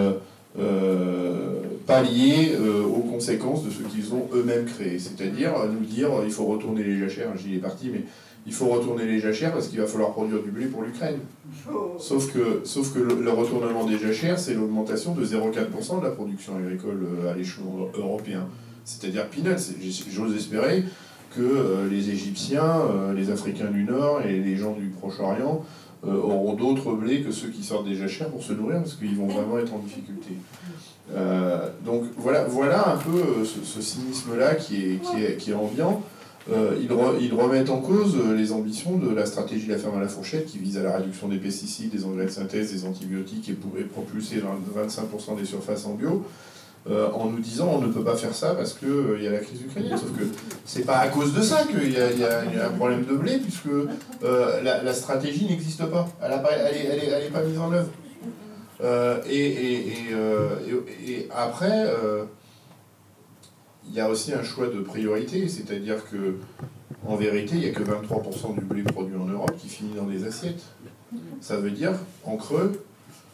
pallier aux conséquences de ce qu'ils ont eux-mêmes créé. C'est-à-dire nous dire il faut retourner les jachères, j'y ai parti, mais il faut retourner les jachères parce qu'il va falloir produire du blé pour l'Ukraine. Sauf que le retournement des jachères, c'est l'augmentation de 0,4% de la production agricole à l'échelon européen. C'est-à-dire peanuts. J'ose espérer que les Égyptiens, les Africains du Nord et les gens du Proche-Orient auront d'autres blés que ceux qui sortent des jachères pour se nourrir, parce qu'ils vont vraiment être en difficulté. Donc voilà un peu ce cynisme-là qui est ambiant. Ils remettent en cause les ambitions de la stratégie de la ferme à la fourchette qui vise à la réduction des pesticides, des engrais de synthèse, des antibiotiques et pourrait propulser 25% des surfaces en bio. En nous disant on ne peut pas faire ça parce qu'il y a la crise ukrainienne. Sauf que c'est pas à cause de ça qu'il y a un problème de blé, puisque la stratégie n'existe pas. Elle est pas mise en œuvre. Et après, il y a aussi un choix de priorité, c'est-à-dire que en vérité, il n'y a que 23% du blé produit en Europe qui finit dans des assiettes. Ça veut dire, en creux,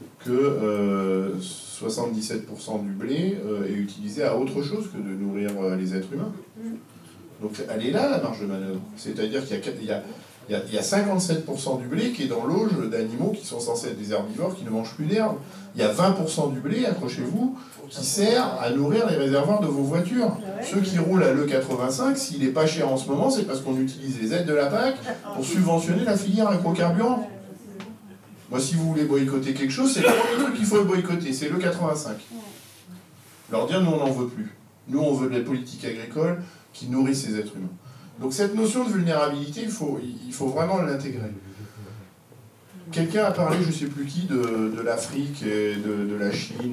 que 77% du blé est utilisé à autre chose que de nourrir les êtres humains. Donc elle est là, la marge de manœuvre. C'est-à-dire qu'il y a 57% du blé qui est dans l'auge d'animaux qui sont censés être des herbivores qui ne mangent plus d'herbe. Il y a 20% du blé, accrochez-vous, qui sert à nourrir les réservoirs de vos voitures. Ceux qui roulent à l'E85, s'il n'est pas cher en ce moment, c'est parce qu'on utilise les aides de la PAC pour subventionner la filière agrocarburant. Moi, si vous voulez boycotter quelque chose, c'est le premier truc qu'il faut boycotter, c'est l'E85. Leur dire, nous, on n'en veut plus. Nous, on veut des politiques agricoles qui nourrissent ces êtres humains. Donc cette notion de vulnérabilité, il faut vraiment l'intégrer. Quelqu'un a parlé, je ne sais plus qui, de l'Afrique et de la Chine,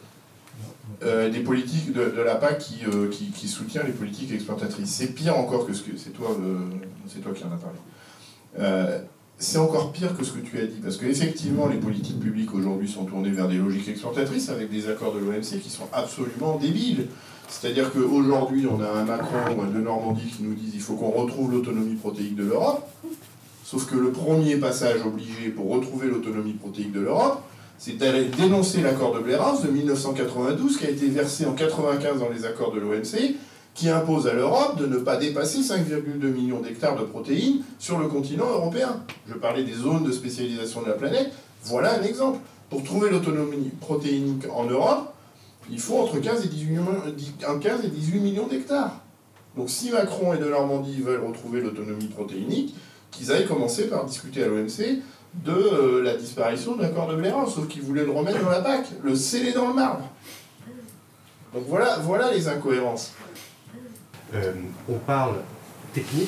des politiques de la PAC qui soutient les politiques exploitatrices. C'est pire encore que ce que... C'est toi qui en as parlé. C'est encore pire que ce que tu as dit, parce qu'effectivement, les politiques publiques aujourd'hui sont tournées vers des logiques exportatrices avec des accords de l'OMC qui sont absolument débiles. C'est-à-dire qu'aujourd'hui, on a un Macron de Normandie qui nous dit qu'il faut qu'on retrouve l'autonomie protéique de l'Europe, sauf que le premier passage obligé pour retrouver l'autonomie protéique de l'Europe, c'est d'aller dénoncer l'accord de Blair House de 1992 qui a été versé en 1995 dans les accords de l'OMC, qui impose à l'Europe de ne pas dépasser 5,2 millions d'hectares de protéines sur le continent européen. Je parlais des zones de spécialisation de la planète. Voilà un exemple. Pour trouver l'autonomie protéinique en Europe, il faut entre 15 et 18 millions d'hectares. Donc si Macron et de Normandie veulent retrouver l'autonomie protéinique, qu'ils aillent commencer par discuter à l'OMC de la disparition de l'accord de Blair House, sauf qu'ils voulaient le remettre dans la PAC, le sceller dans le marbre. Donc voilà les incohérences. On parle technique,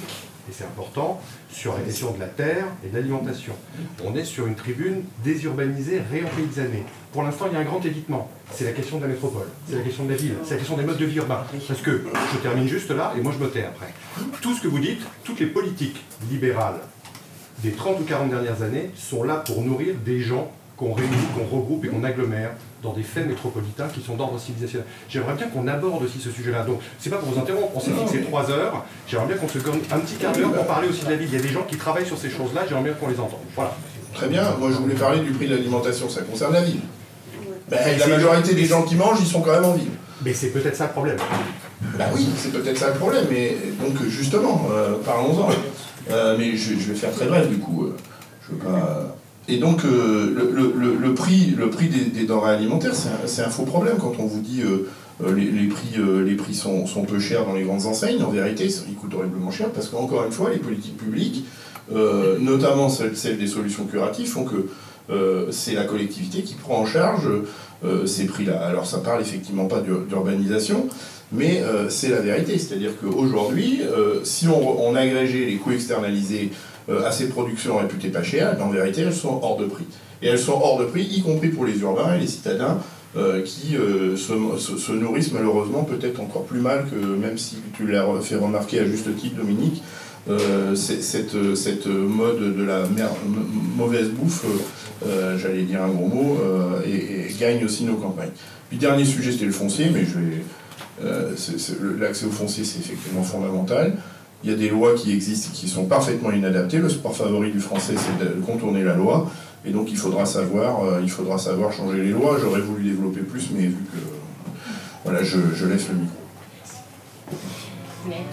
et c'est important, sur la question de la terre et de l'alimentation. On est sur une tribune désurbanisée, réempaysanée. Pour l'instant, il y a un grand évitement. C'est la question de la métropole, c'est la question de la ville, c'est la question des modes de vie urbains. Parce que, je termine juste là, et moi je me tais après. Tout ce que vous dites, toutes les politiques libérales des 30 ou 40 dernières années sont là pour nourrir des gens qu'on réunit, qu'on regroupe et qu'on agglomère dans des faits métropolitains qui sont d'ordre civilisationnel. J'aimerais bien qu'on aborde aussi ce sujet-là. Donc, c'est pas pour vous interrompre, on s'est fixé 3 heures. J'aimerais bien qu'on se donne un petit quart d'heure pour parler aussi de la ville. Il y a des gens qui travaillent sur ces choses-là, j'aimerais bien qu'on les entende. Voilà. Très bien, moi je voulais parler du prix de l'alimentation, ça concerne la ville. La majorité des gens qui mangent, ils sont quand même en ville. Mais c'est peut-être ça le problème. Bah oui, c'est peut-être ça le problème, mais donc justement, parlons-en. Mais je vais faire très bref du coup. Je veux pas... Et donc le prix des denrées alimentaires, c'est un faux problème quand on vous dit les prix sont peu chers dans les grandes enseignes. En vérité, ils coûtent horriblement cher parce qu'encore une fois, les politiques publiques, notamment celles des solutions curatives, font que c'est la collectivité qui prend en charge ces prix-là. Alors ça parle effectivement pas d'urbanisation, mais c'est la vérité. C'est-à-dire qu'aujourd'hui, si on agrégeait les coûts externalisés à ces productions réputées pas chères, en vérité elles sont hors de prix. Et elles sont hors de prix, y compris pour les urbains et les citadins qui se nourrissent malheureusement peut-être encore plus mal que, même si tu l'as fait remarquer à juste titre Dominique, cette mode de la mauvaise bouffe, j'allais dire un gros mot, et gagne aussi nos campagnes. Puis dernier sujet, c'était le foncier, mais l'accès au foncier c'est effectivement fondamental. Il y a des lois qui existent et qui sont parfaitement inadaptées. Le sport favori du français, c'est de contourner la loi. Et donc, il faudra savoir changer les lois. J'aurais voulu développer plus, mais vu que... Voilà, je laisse le micro. Merci.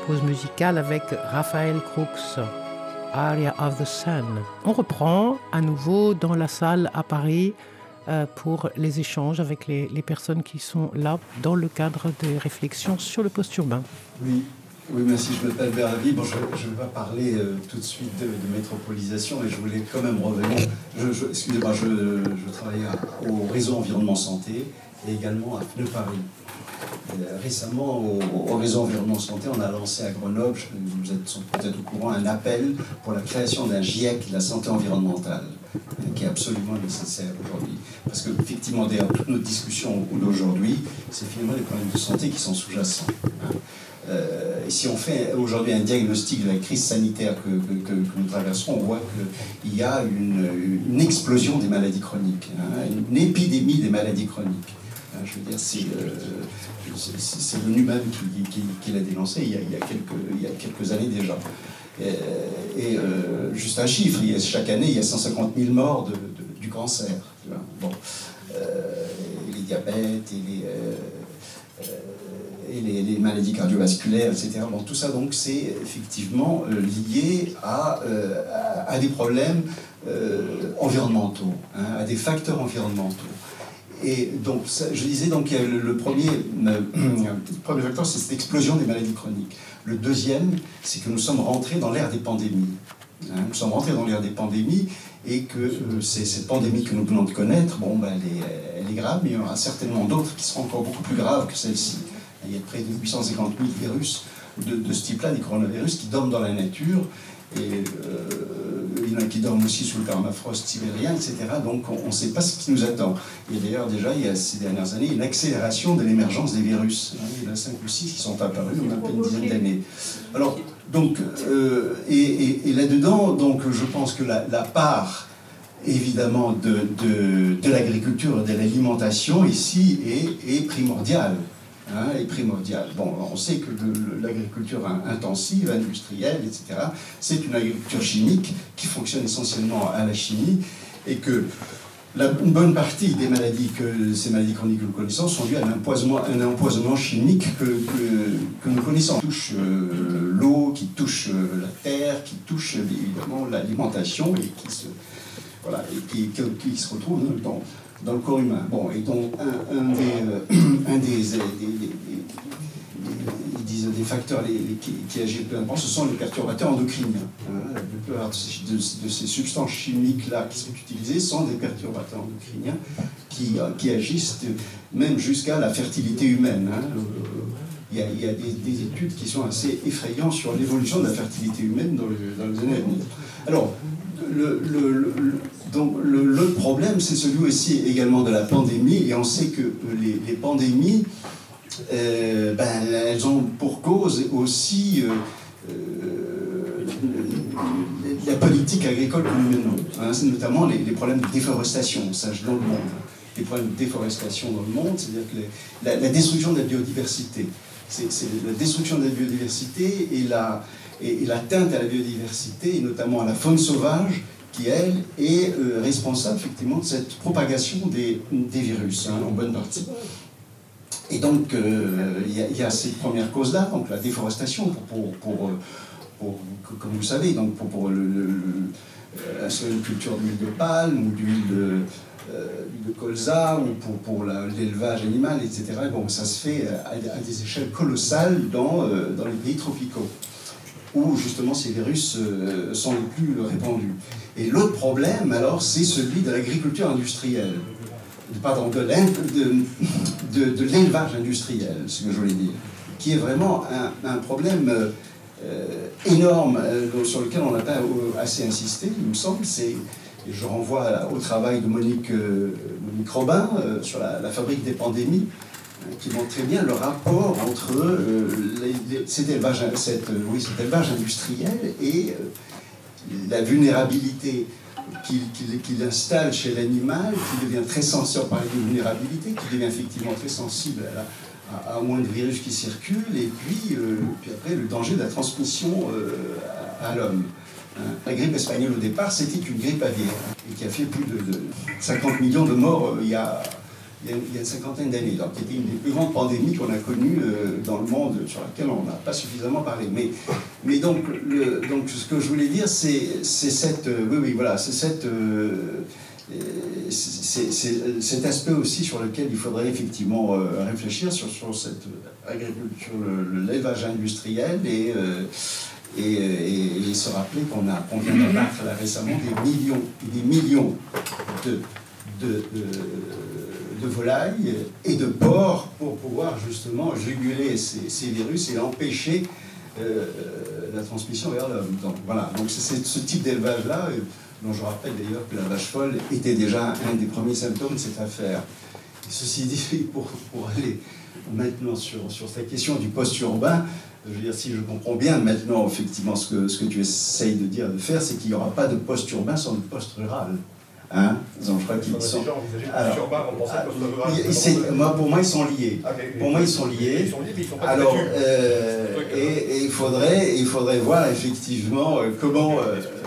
pause musicale avec Raphaël Crux, Aria of the Sun. On reprend à nouveau dans la salle à Paris pour les échanges avec les personnes qui sont là dans le cadre des réflexions sur le post-urbain. Oui, merci, je m'appelle Bernard. Bon, je ne vais pas parler tout de suite de métropolisation, mais je voulais quand même revenir. Excusez-moi, je travaille au réseau environnement santé et également à Pneus Paris. Récemment, au réseau environnement santé, on a lancé à Grenoble, vous êtes peut-être au courant, un appel pour la création d'un GIEC de la santé environnementale, qui est absolument nécessaire aujourd'hui. Parce que, effectivement, d'ailleurs, toute notre discussion d'aujourd'hui, c'est finalement les problèmes de santé qui sont sous-jacents. Et si on fait aujourd'hui un diagnostic de la crise sanitaire que nous traversons, on voit qu'il y a une explosion des maladies chroniques, une épidémie des maladies chroniques. Je veux dire, c'est l'ONU même qui l'a dénoncé il y a quelques années déjà. Juste un chiffre, chaque année, il y a 150 000 morts du cancer. Tu vois. Bon. Et les diabètes, et les maladies cardiovasculaires, etc. Bon, tout ça, donc, c'est effectivement lié à des problèmes environnementaux, à des facteurs environnementaux. Et donc, je disais, donc, le premier facteur, c'est cette explosion des maladies chroniques. Le deuxième, c'est que nous sommes rentrés dans l'ère des pandémies. Nous sommes rentrés dans l'ère des pandémies et que cette pandémie que nous venons de connaître, bon, ben, elle est grave, mais il y en aura certainement d'autres qui seront encore beaucoup plus graves que celle-ci. Il y a près de 850 000 virus de ce type-là, des coronavirus, qui dorment dans la nature. Et il y en a qui dorment aussi sous le permafrost sibérien, etc. Donc on ne sait pas ce qui nous attend. Et d'ailleurs, déjà, il y a ces dernières années une accélération de l'émergence des virus. Il y en a 5 ou 6 qui sont apparus en à peine une dizaine d'années. Alors, donc, et là-dedans, donc, je pense que la part, évidemment, de l'agriculture et de l'alimentation, ici, est primordiale. Est primordial. Bon, on sait que l'agriculture intensive, industrielle, etc., c'est une agriculture chimique qui fonctionne essentiellement à la chimie et que une bonne partie des maladies ces maladies chroniques que nous connaissons sont dues à un empoisonnement chimique que nous connaissons. Qui touche l'eau, qui touche la terre, qui touche évidemment l'alimentation et qui se retrouve dans le corps humain. Bon, et donc des facteurs qui agissent le plus important, ce sont les perturbateurs endocriniens. La plupart de ces substances chimiques-là qui sont utilisées sont des perturbateurs endocriniens qui agissent même jusqu'à la fertilité humaine. Il y a des études qui sont assez effrayantes sur l'évolution de la fertilité humaine dans les années à venir. Alors, donc le problème, c'est celui aussi également de la pandémie, et on sait que les pandémies, elles ont pour cause aussi la politique agricole que nous menons, c'est notamment les problèmes de déforestation, dans le monde. Les problèmes de déforestation dans le monde, c'est-à-dire que la destruction de la biodiversité. C'est la destruction de la biodiversité et l'atteinte à la biodiversité, et notamment à la faune sauvage, qui, elle, est responsable, effectivement, de cette propagation des virus, en bonne partie. Et donc, il y a ces premières causes-là, donc la déforestation, comme vous le savez, donc pour une culture d'huile de palme ou d'huile de colza, ou pour l'élevage animal, etc. Bon, ça se fait à des échelles colossales dans les pays tropicaux, où justement ces virus sont les plus répandus. Et l'autre problème, alors, c'est celui de l'agriculture industrielle. Pardon, de l'élevage industriel, ce que je voulais dire, qui est vraiment un problème énorme sur lequel on n'a pas assez insisté, il me semble. Et je renvoie au travail de Monique Robin sur la fabrique des pandémies, qui montre très bien le rapport entre cet élevage industriel et la vulnérabilité qu'il installe chez l'animal, qui devient très sensible, par une vulnérabilité, qui devient effectivement très sensible à moins de virus qui circulent, et puis après le danger de la transmission à l'homme. La grippe espagnole au départ, c'était une grippe aviaire, et qui a fait plus de 50 millions de morts il y a il y a une cinquantaine d'années, donc qui était une des plus grandes pandémies qu'on a connues dans le monde, sur laquelle on n'a pas suffisamment parlé. Mais donc ce que je voulais dire, c'est cet aspect aussi sur lequel il faudrait effectivement réfléchir, sur cette agriculture, l'élevage industriel et se rappeler qu'on vient d'abattre là récemment des millions de volailles et de porcs pour pouvoir justement juguler ces virus et empêcher la transmission vers l'homme. Donc voilà, donc c'est ce type d'élevage-là, dont je rappelle d'ailleurs que la vache folle était déjà un des premiers symptômes de cette affaire. Et ceci dit, pour aller maintenant sur cette question du post-urbain, je veux dire, si je comprends bien maintenant, effectivement, ce que tu essayes de dire, de faire, c'est qu'il n'y aura pas de post-urbain sans de post-rural. Hein, donc, je crois qu'ils sont. Alors, pour moi, ils sont liés. Pour moi, ils sont liés. Alors, et il faudrait voir effectivement comment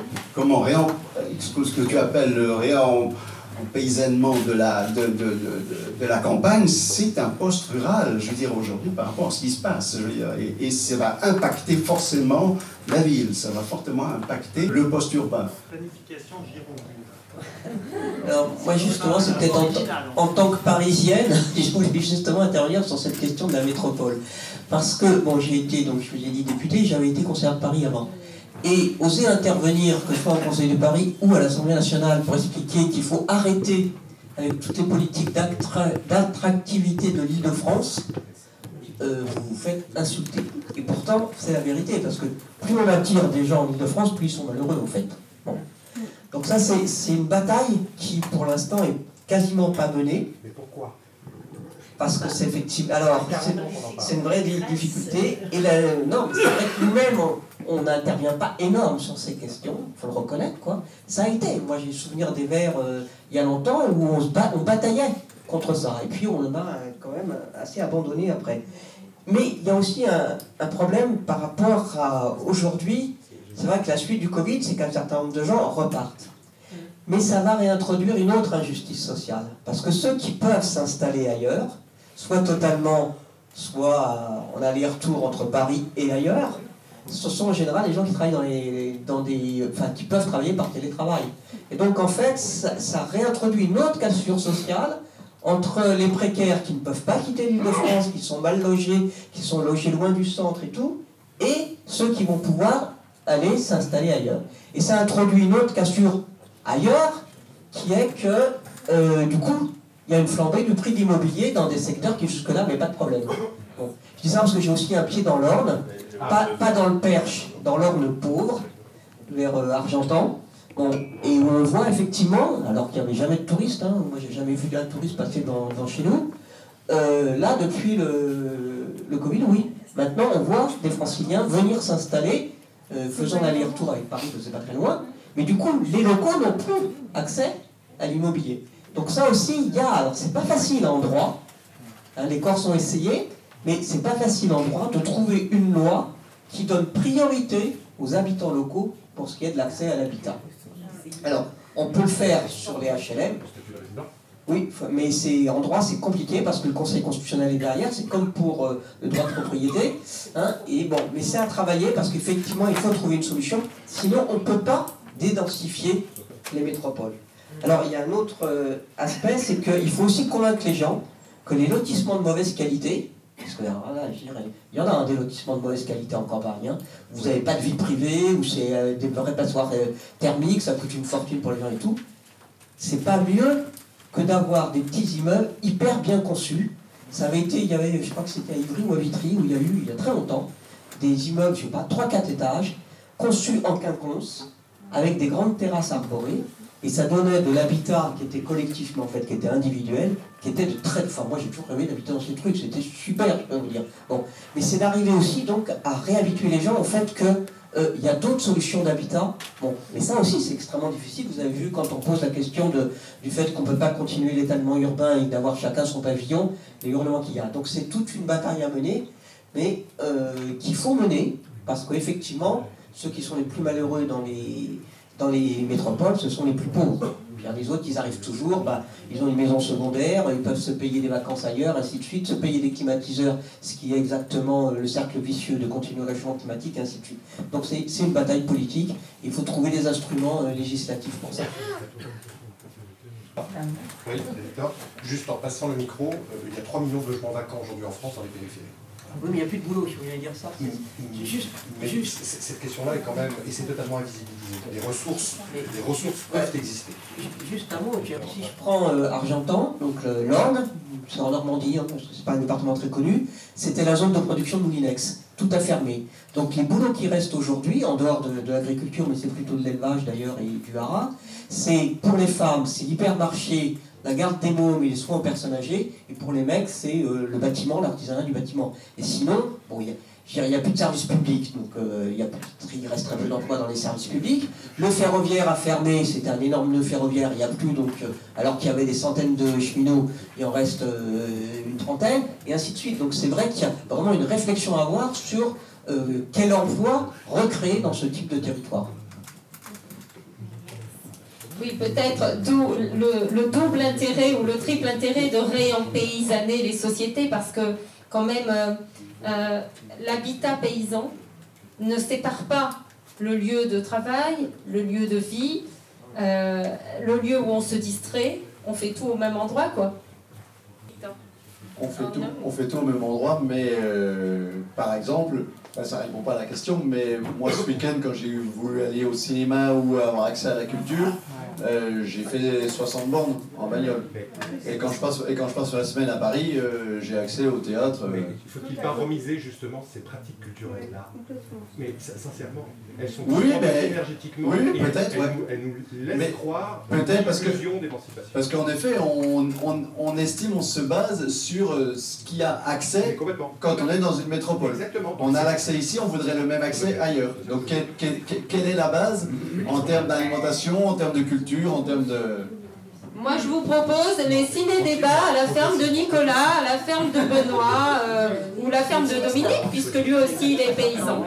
ce que tu appelles le paysannement de la campagne, c'est un poste rural, je veux dire, aujourd'hui, par rapport à ce qui se passe. Je veux dire, et ça va impacter forcément la ville, ça va fortement impacter le poste urbain. Planification girondine. Alors, moi, justement, c'est peut-être en tant que parisienne, je voulais justement intervenir sur cette question de la métropole. Parce que, bon, j'ai été, donc je vous ai dit député, j'avais été conseiller de Paris avant. Et oser intervenir, que ce soit au Conseil de Paris ou à l'Assemblée nationale, pour expliquer qu'il faut arrêter avec toutes les politiques d'attractivité de l'Île-de-France, vous vous faites insulter. Et pourtant, c'est la vérité, parce que plus on attire des gens en Île-de-France, plus ils sont malheureux, en fait. Bon. Donc ça, c'est une bataille qui, pour l'instant, est quasiment pas menée. Mais pourquoi ? Parce que c'est effectivement... Alors, c'est une vraie difficulté. Et non, mais c'est vrai que nous-mêmes, on n'intervient pas énorme sur ces questions, il faut le reconnaître, quoi. Ça a été. Moi, j'ai le souvenir des Verts il y a longtemps où on bataillait contre ça. Et puis, on en a quand même assez abandonné après. Mais il y a aussi un problème par rapport à aujourd'hui. C'est vrai que la suite du Covid, c'est qu'un certain nombre de gens repartent. Mais ça va réintroduire une autre injustice sociale. Parce que ceux qui peuvent s'installer ailleurs, soit totalement, soit en aller-retour entre Paris et ailleurs, ce sont en général les gens qui travaillent qui peuvent travailler par télétravail. Et donc en fait, ça réintroduit une autre cassure sociale entre les précaires qui ne peuvent pas quitter l'Île-de-France, qui sont mal logés, qui sont logés loin du centre et tout, et ceux qui vont pouvoir aller s'installer ailleurs. Et ça introduit une autre cassure ailleurs, qui est que du coup, il y a une flambée du prix de l'immobilier dans des secteurs qui jusque-là n'avaient pas de problème. Bon. Je dis ça parce que j'ai aussi un pied dans l'Orne, pas dans le Perche, dans l'Orne pauvre, vers Argentan, bon, et où on voit effectivement, alors qu'il n'y avait jamais de touristes, hein, moi j'ai jamais vu un touriste passer dans chez nous, là depuis le Covid, oui. Maintenant on voit des Franciliens venir s'installer, faisant l'aller-retour avec Paris, c'est pas très loin, mais du coup les locaux n'ont plus accès à l'immobilier. Donc ça aussi, il y a, alors c'est pas facile en droit, hein, les Corses ont essayé, mais c'est pas facile en droit de trouver une loi qui donne priorité aux habitants locaux pour ce qui est de l'accès à l'habitat. Alors, on peut le faire sur les HLM, oui, mais en droit c'est compliqué parce que le Conseil constitutionnel est derrière, c'est comme pour le droit de propriété, hein, et bon, mais c'est à travailler parce qu'effectivement il faut trouver une solution, sinon on ne peut pas dédensifier les métropoles. Alors il y a un autre aspect, c'est qu'il faut aussi convaincre les gens que les lotissements de mauvaise qualité, parce que là, je dirais, il y en a des lotissements de mauvaise qualité en Campagne, hein, vous n'avez pas de vie privée, ou c'est des vrais passoires thermiques, ça coûte une fortune pour les gens et tout, c'est pas mieux que d'avoir des petits immeubles hyper bien conçus. Ça avait été, il y avait, je crois que c'était à Ivry ou à Vitry, où il y a eu, il y a très longtemps, des immeubles, je sais pas, 3-4 étages, conçus en quinconce, avec des grandes terrasses arborées, et ça donnait de l'habitat qui était collectif, mais en fait qui était individuel, qui était de très... Enfin, moi j'ai toujours rêvé d'habiter dans ces trucs, c'était super, je peux vous dire. Bon. Mais c'est d'arriver aussi donc à réhabituer les gens au fait que il y a d'autres solutions d'habitat. Bon, mais ça aussi c'est extrêmement difficile. Vous avez vu quand on pose la question du fait qu'on ne peut pas continuer l'étalement urbain et d'avoir chacun son pavillon, les hurlements qu'il y a. Donc c'est toute une bataille à mener, mais qu'il faut mener, parce qu'effectivement, ceux qui sont les plus malheureux dans dans les métropoles, ce sont les plus pauvres. Bien, les autres, ils arrivent toujours, ils ont une maison secondaire, ils peuvent se payer des vacances ailleurs, ainsi de suite, se payer des climatiseurs, ce qui est exactement le cercle vicieux de continuer le réchauffement climatique, ainsi de suite. Donc c'est une bataille politique, il faut trouver des instruments législatifs pour ça. Oui, Victor. Juste en passant le micro, il y a 3 millions de logements vacants aujourd'hui en France dans les périphéries. Oui, mais il n'y a plus de boulot, si vous voulez dire ça. Juste. Cette question-là est quand même, et c'est totalement invisibilisé. Les ressources peuvent exister. Juste un mot, si je prends Argentan, donc l'Orne, c'est en Normandie, parce que c'est pas un département très connu, c'était la zone de production de Moulinex, tout a fermé. Donc les boulots qui restent aujourd'hui, en dehors de l'agriculture, mais c'est plutôt de l'élevage d'ailleurs et du haras, c'est pour les femmes, c'est l'hypermarché, la garde des mômes et les soins aux personnes âgées, et pour les mecs, c'est le bâtiment, l'artisanat du bâtiment. Et sinon, bon, il n'y a plus de services publics, donc il reste très peu d'emplois dans les services publics. Le ferroviaire a fermé, c'était un énorme nœud ferroviaire, il n'y a plus, donc, alors qu'il y avait des centaines de cheminots, il en reste une trentaine, et ainsi de suite. Donc c'est vrai qu'il y a vraiment une réflexion à avoir sur quel emploi recréer dans ce type de territoire. Oui, peut-être d'où le double intérêt ou le triple intérêt de réempaysaner les sociétés, parce que quand même l'habitat paysan ne sépare pas le lieu de travail, le lieu de vie, le lieu où on se distrait, on fait tout au même endroit, quoi. On fait tout au même endroit, mais par exemple, ça ne répond pas à la question, mais moi ce week-end, quand j'ai voulu aller au cinéma ou avoir accès à la culture, j'ai fait 60 bornes en bagnole. Et quand je passe la semaine à Paris, j'ai accès au théâtre. Mais faut-il pas remiser justement ces pratiques culturelles-là? Mais sincèrement, elles sont énergétiquement, oui, peut-être, elles nous laissent croire peut-être parce d'émancipation. Parce qu'en effet, on estime, on se base sur ce qui a accès quand on est dans une métropole. Exactement. On a l'accès ici, on voudrait le même accès ailleurs. Donc quelle est la base en termes d'alimentation, en termes de culture, en termes de... Moi, je vous propose les ciné-débats à la ferme de Nicolas, à la ferme de Benoît, ou la ferme de Dominique, puisque lui aussi, il est paysan.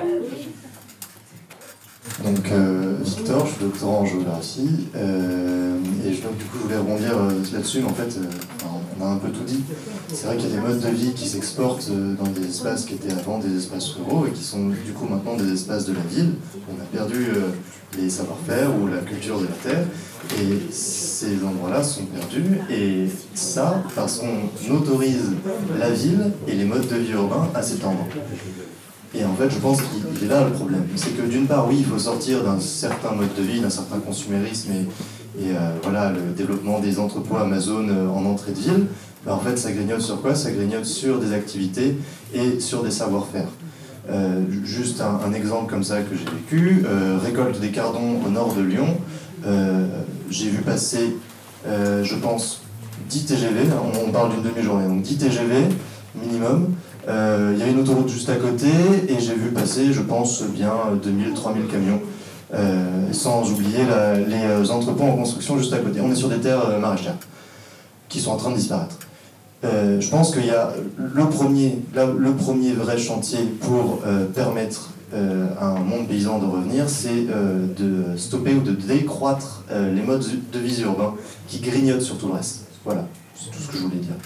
Donc, Victor, je suis doctorant en géographie, et du coup, je voulais rebondir là-dessus, mais en fait, on a un peu tout dit. C'est vrai qu'il y a des modes de vie qui s'exportent dans des espaces qui étaient avant des espaces ruraux, et qui sont du coup maintenant des espaces de la ville. On a perdu les savoir-faire ou la culture de la terre, et ces endroits-là sont perdus, et ça parce qu'on autorise la ville et les modes de vie urbains à s'étendre. Et en fait, je pense qu'il est là le problème. C'est que d'une part, oui, il faut sortir d'un certain mode de vie, d'un certain consumérisme et voilà, le développement des entrepôts Amazon en entrée de ville. En fait, ça grignote sur quoi? Ça grignote sur des activités et sur des savoir-faire. Juste un exemple comme ça que j'ai vécu, récolte des cardons au nord de Lyon. J'ai vu passer, je pense, 10 TGV, on parle d'une demi-journée, donc 10 TGV minimum. Il y a une autoroute juste à côté et j'ai vu passer, je pense, bien 2000-3000 camions, sans oublier les entrepôts en construction juste à côté. On est sur des terres maraîchères qui sont en train de disparaître. Je pense qu'il y a le premier vrai chantier pour permettre à un monde paysan de revenir, c'est de stopper ou de décroître les modes de vie urbains qui grignotent sur tout le reste. Voilà, c'est tout ce que je voulais dire.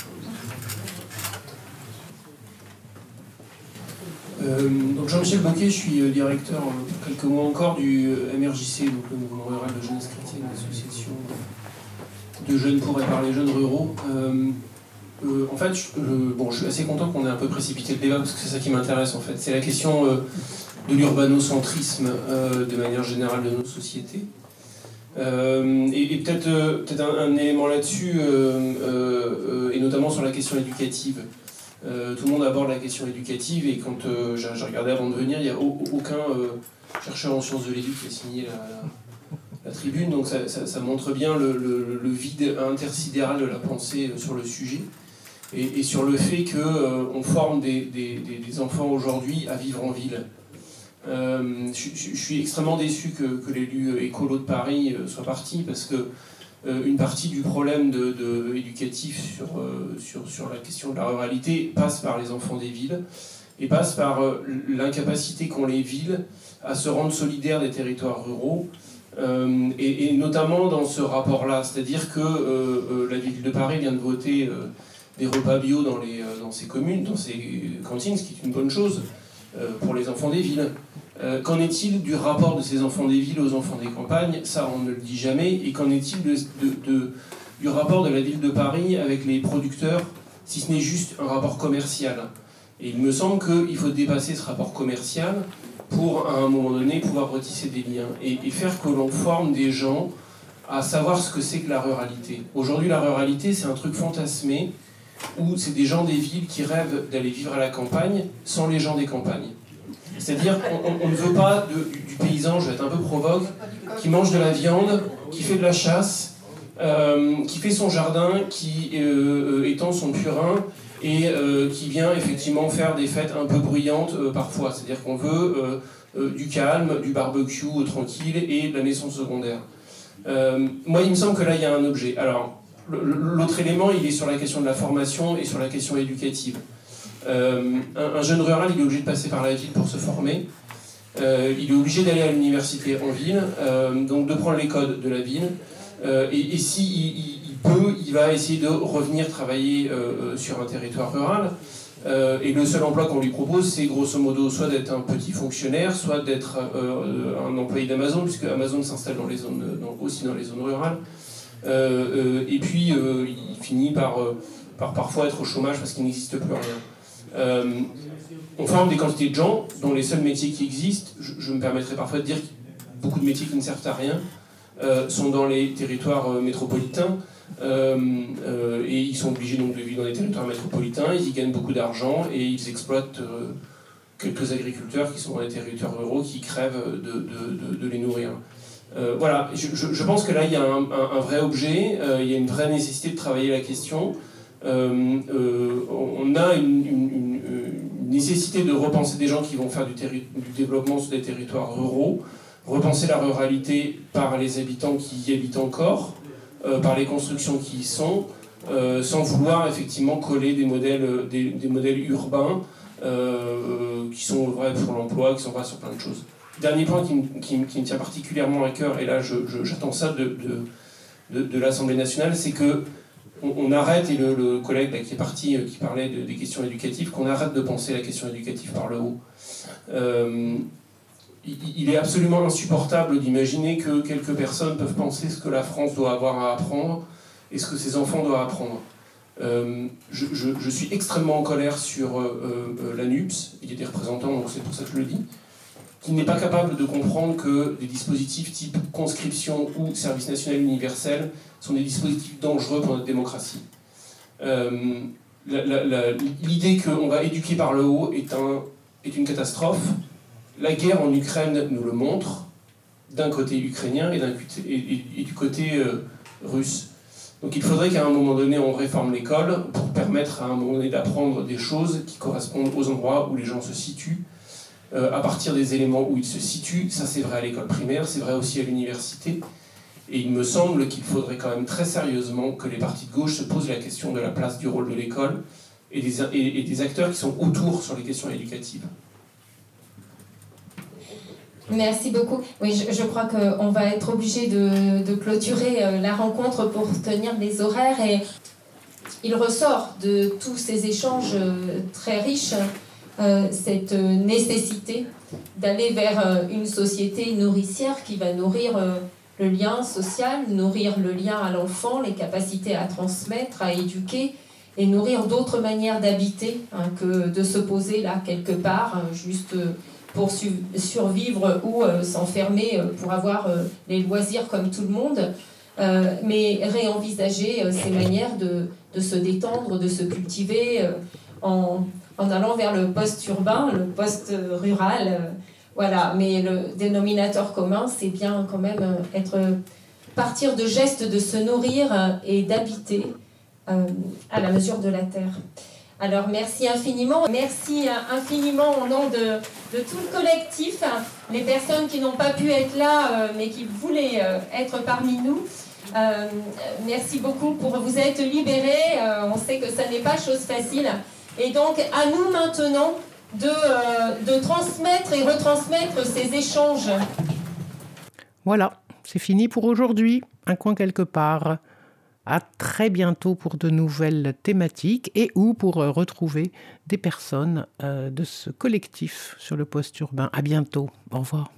Donc Jean-Michel Bocquet, je suis directeur quelques mois encore du MRJC, donc le Mouvement Rural de Jeunesse Chrétienne, l'association de jeunes pour et par les jeunes ruraux. En fait, je suis assez content qu'on ait un peu précipité le débat parce que c'est ça qui m'intéresse en fait. C'est la question de l'urbanocentrisme de manière générale de nos sociétés. Et peut-être un élément là-dessus, et notamment sur la question éducative. Tout le monde aborde la question éducative et quand j'ai regardé avant de venir, il n'y a aucun chercheur en sciences de l'éduc qui a signé la tribune, donc ça montre bien le vide intersidéral de la pensée sur le sujet et sur le fait qu'on forme des enfants aujourd'hui à vivre en ville. Je suis extrêmement déçu que l'élu écolo de Paris soit parti parce que une partie du problème éducatif sur la question de la ruralité passe par les enfants des villes et passe par l'incapacité qu'ont les villes à se rendre solidaires des territoires ruraux et notamment dans ce rapport-là. C'est-à-dire que la ville de Paris vient de voter des repas bio dans ses communes, dans ses cantines, ce qui est une bonne chose pour les enfants des villes. Qu'en est-il du rapport de ces enfants des villes aux enfants des campagnes? Ça, on ne le dit jamais. Et qu'en est-il du rapport de la ville de Paris avec les producteurs, si ce n'est juste un rapport commercial? Et il me semble qu'il faut dépasser ce rapport commercial pour, à un moment donné, pouvoir retisser des liens et faire que l'on forme des gens à savoir ce que c'est que la ruralité. Aujourd'hui, la ruralité, c'est un truc fantasmé où c'est des gens des villes qui rêvent d'aller vivre à la campagne sans les gens des campagnes. C'est-à-dire qu'on ne veut pas du paysan, je vais être un peu provoque, qui mange de la viande, qui fait de la chasse, qui fait son jardin, qui étend son purin et qui vient effectivement faire des fêtes un peu bruyantes parfois. C'est-à-dire qu'on veut du calme, du barbecue tranquille et de la naissance secondaire. Moi, il me semble que là, il y a un objet. Alors, l'autre élément, il est sur la question de la formation et sur la question éducative. Un jeune rural, il est obligé de passer par la ville pour se former. Il est obligé d'aller à l'université en ville, donc de prendre les codes de la ville. Et si il peut, il va essayer de revenir travailler sur un territoire rural. Et le seul emploi qu'on lui propose, c'est grosso modo soit d'être un petit fonctionnaire, soit d'être un employé d'Amazon, puisque Amazon s'installe aussi dans les zones rurales. Et puis, il finit par parfois être au chômage parce qu'il n'existe plus rien. On forme des quantités de gens dont les seuls métiers qui existent, je me permettrai parfois de dire que beaucoup de métiers qui ne servent à rien, sont dans les territoires métropolitains. Et ils sont obligés donc de vivre dans les territoires métropolitains, ils y gagnent beaucoup d'argent et ils exploitent quelques agriculteurs qui sont dans les territoires ruraux qui crèvent de les nourrir. Voilà, je pense que là il y a un vrai objet, il y a une vraie nécessité de travailler la question. On a une nécessité de repenser des gens qui vont faire du développement sur des territoires ruraux, repenser la ruralité par les habitants qui y habitent encore, par les constructions qui y sont, sans vouloir effectivement coller des modèles urbains qui sont vrais pour l'emploi, qui sont vrais sur plein de choses. Dernier point qui me tient particulièrement à cœur, et là j'attends ça de l'Assemblée nationale, c'est que on arrête, et le collègue là, qui est parti, qui parlait des questions éducatives, qu'on arrête de penser la question éducative par le haut. Il est absolument insupportable d'imaginer que quelques personnes peuvent penser ce que la France doit avoir à apprendre et ce que ses enfants doivent apprendre. Je suis extrêmement en colère sur l'ANUPS, il y a des représentants, donc c'est pour ça que je le dis, qui n'est pas capable de comprendre que des dispositifs type conscription ou service national universel sont des dispositifs dangereux pour notre démocratie. L'idée qu'on va éduquer par le haut est une catastrophe. La guerre en Ukraine nous le montre, d'un côté ukrainien et du côté russe. Donc il faudrait qu'à un moment donné, on réforme l'école pour permettre à un moment donné d'apprendre des choses qui correspondent aux endroits où les gens se situent, à partir des éléments où ils se situent. Ça, c'est vrai à l'école primaire, c'est vrai aussi à l'université. Et il me semble qu'il faudrait quand même très sérieusement que les partis de gauche se posent la question de la place du rôle de l'école et des acteurs qui sont autour sur les questions éducatives. Merci beaucoup. Oui, je crois qu'on va être obligé de clôturer la rencontre pour tenir les horaires. Et il ressort de tous ces échanges très riches cette nécessité d'aller vers une société nourricière qui va nourrir le lien social, nourrir le lien à l'enfant, les capacités à transmettre, à éduquer, et nourrir d'autres manières d'habiter que de se poser là quelque part, juste pour survivre ou s'enfermer pour avoir les loisirs comme tout le monde, mais réenvisager ces manières de se détendre, de se cultiver en allant vers le post-urbain, le post-rural. Voilà, mais le dénominateur commun, c'est bien quand même partir de gestes de se nourrir et d'habiter à la mesure de la terre. Alors merci infiniment. Merci infiniment au nom de tout le collectif, les personnes qui n'ont pas pu être là mais qui voulaient être parmi nous. Merci beaucoup pour vous être libérés. On sait que ça n'est pas chose facile. Et donc à nous maintenant de transmettre et retransmettre ces échanges. Voilà, c'est fini pour aujourd'hui. Un coin quelque part. À très bientôt pour de nouvelles thématiques et ou pour retrouver des personnes de ce collectif sur le post-urbain. À bientôt. Au revoir.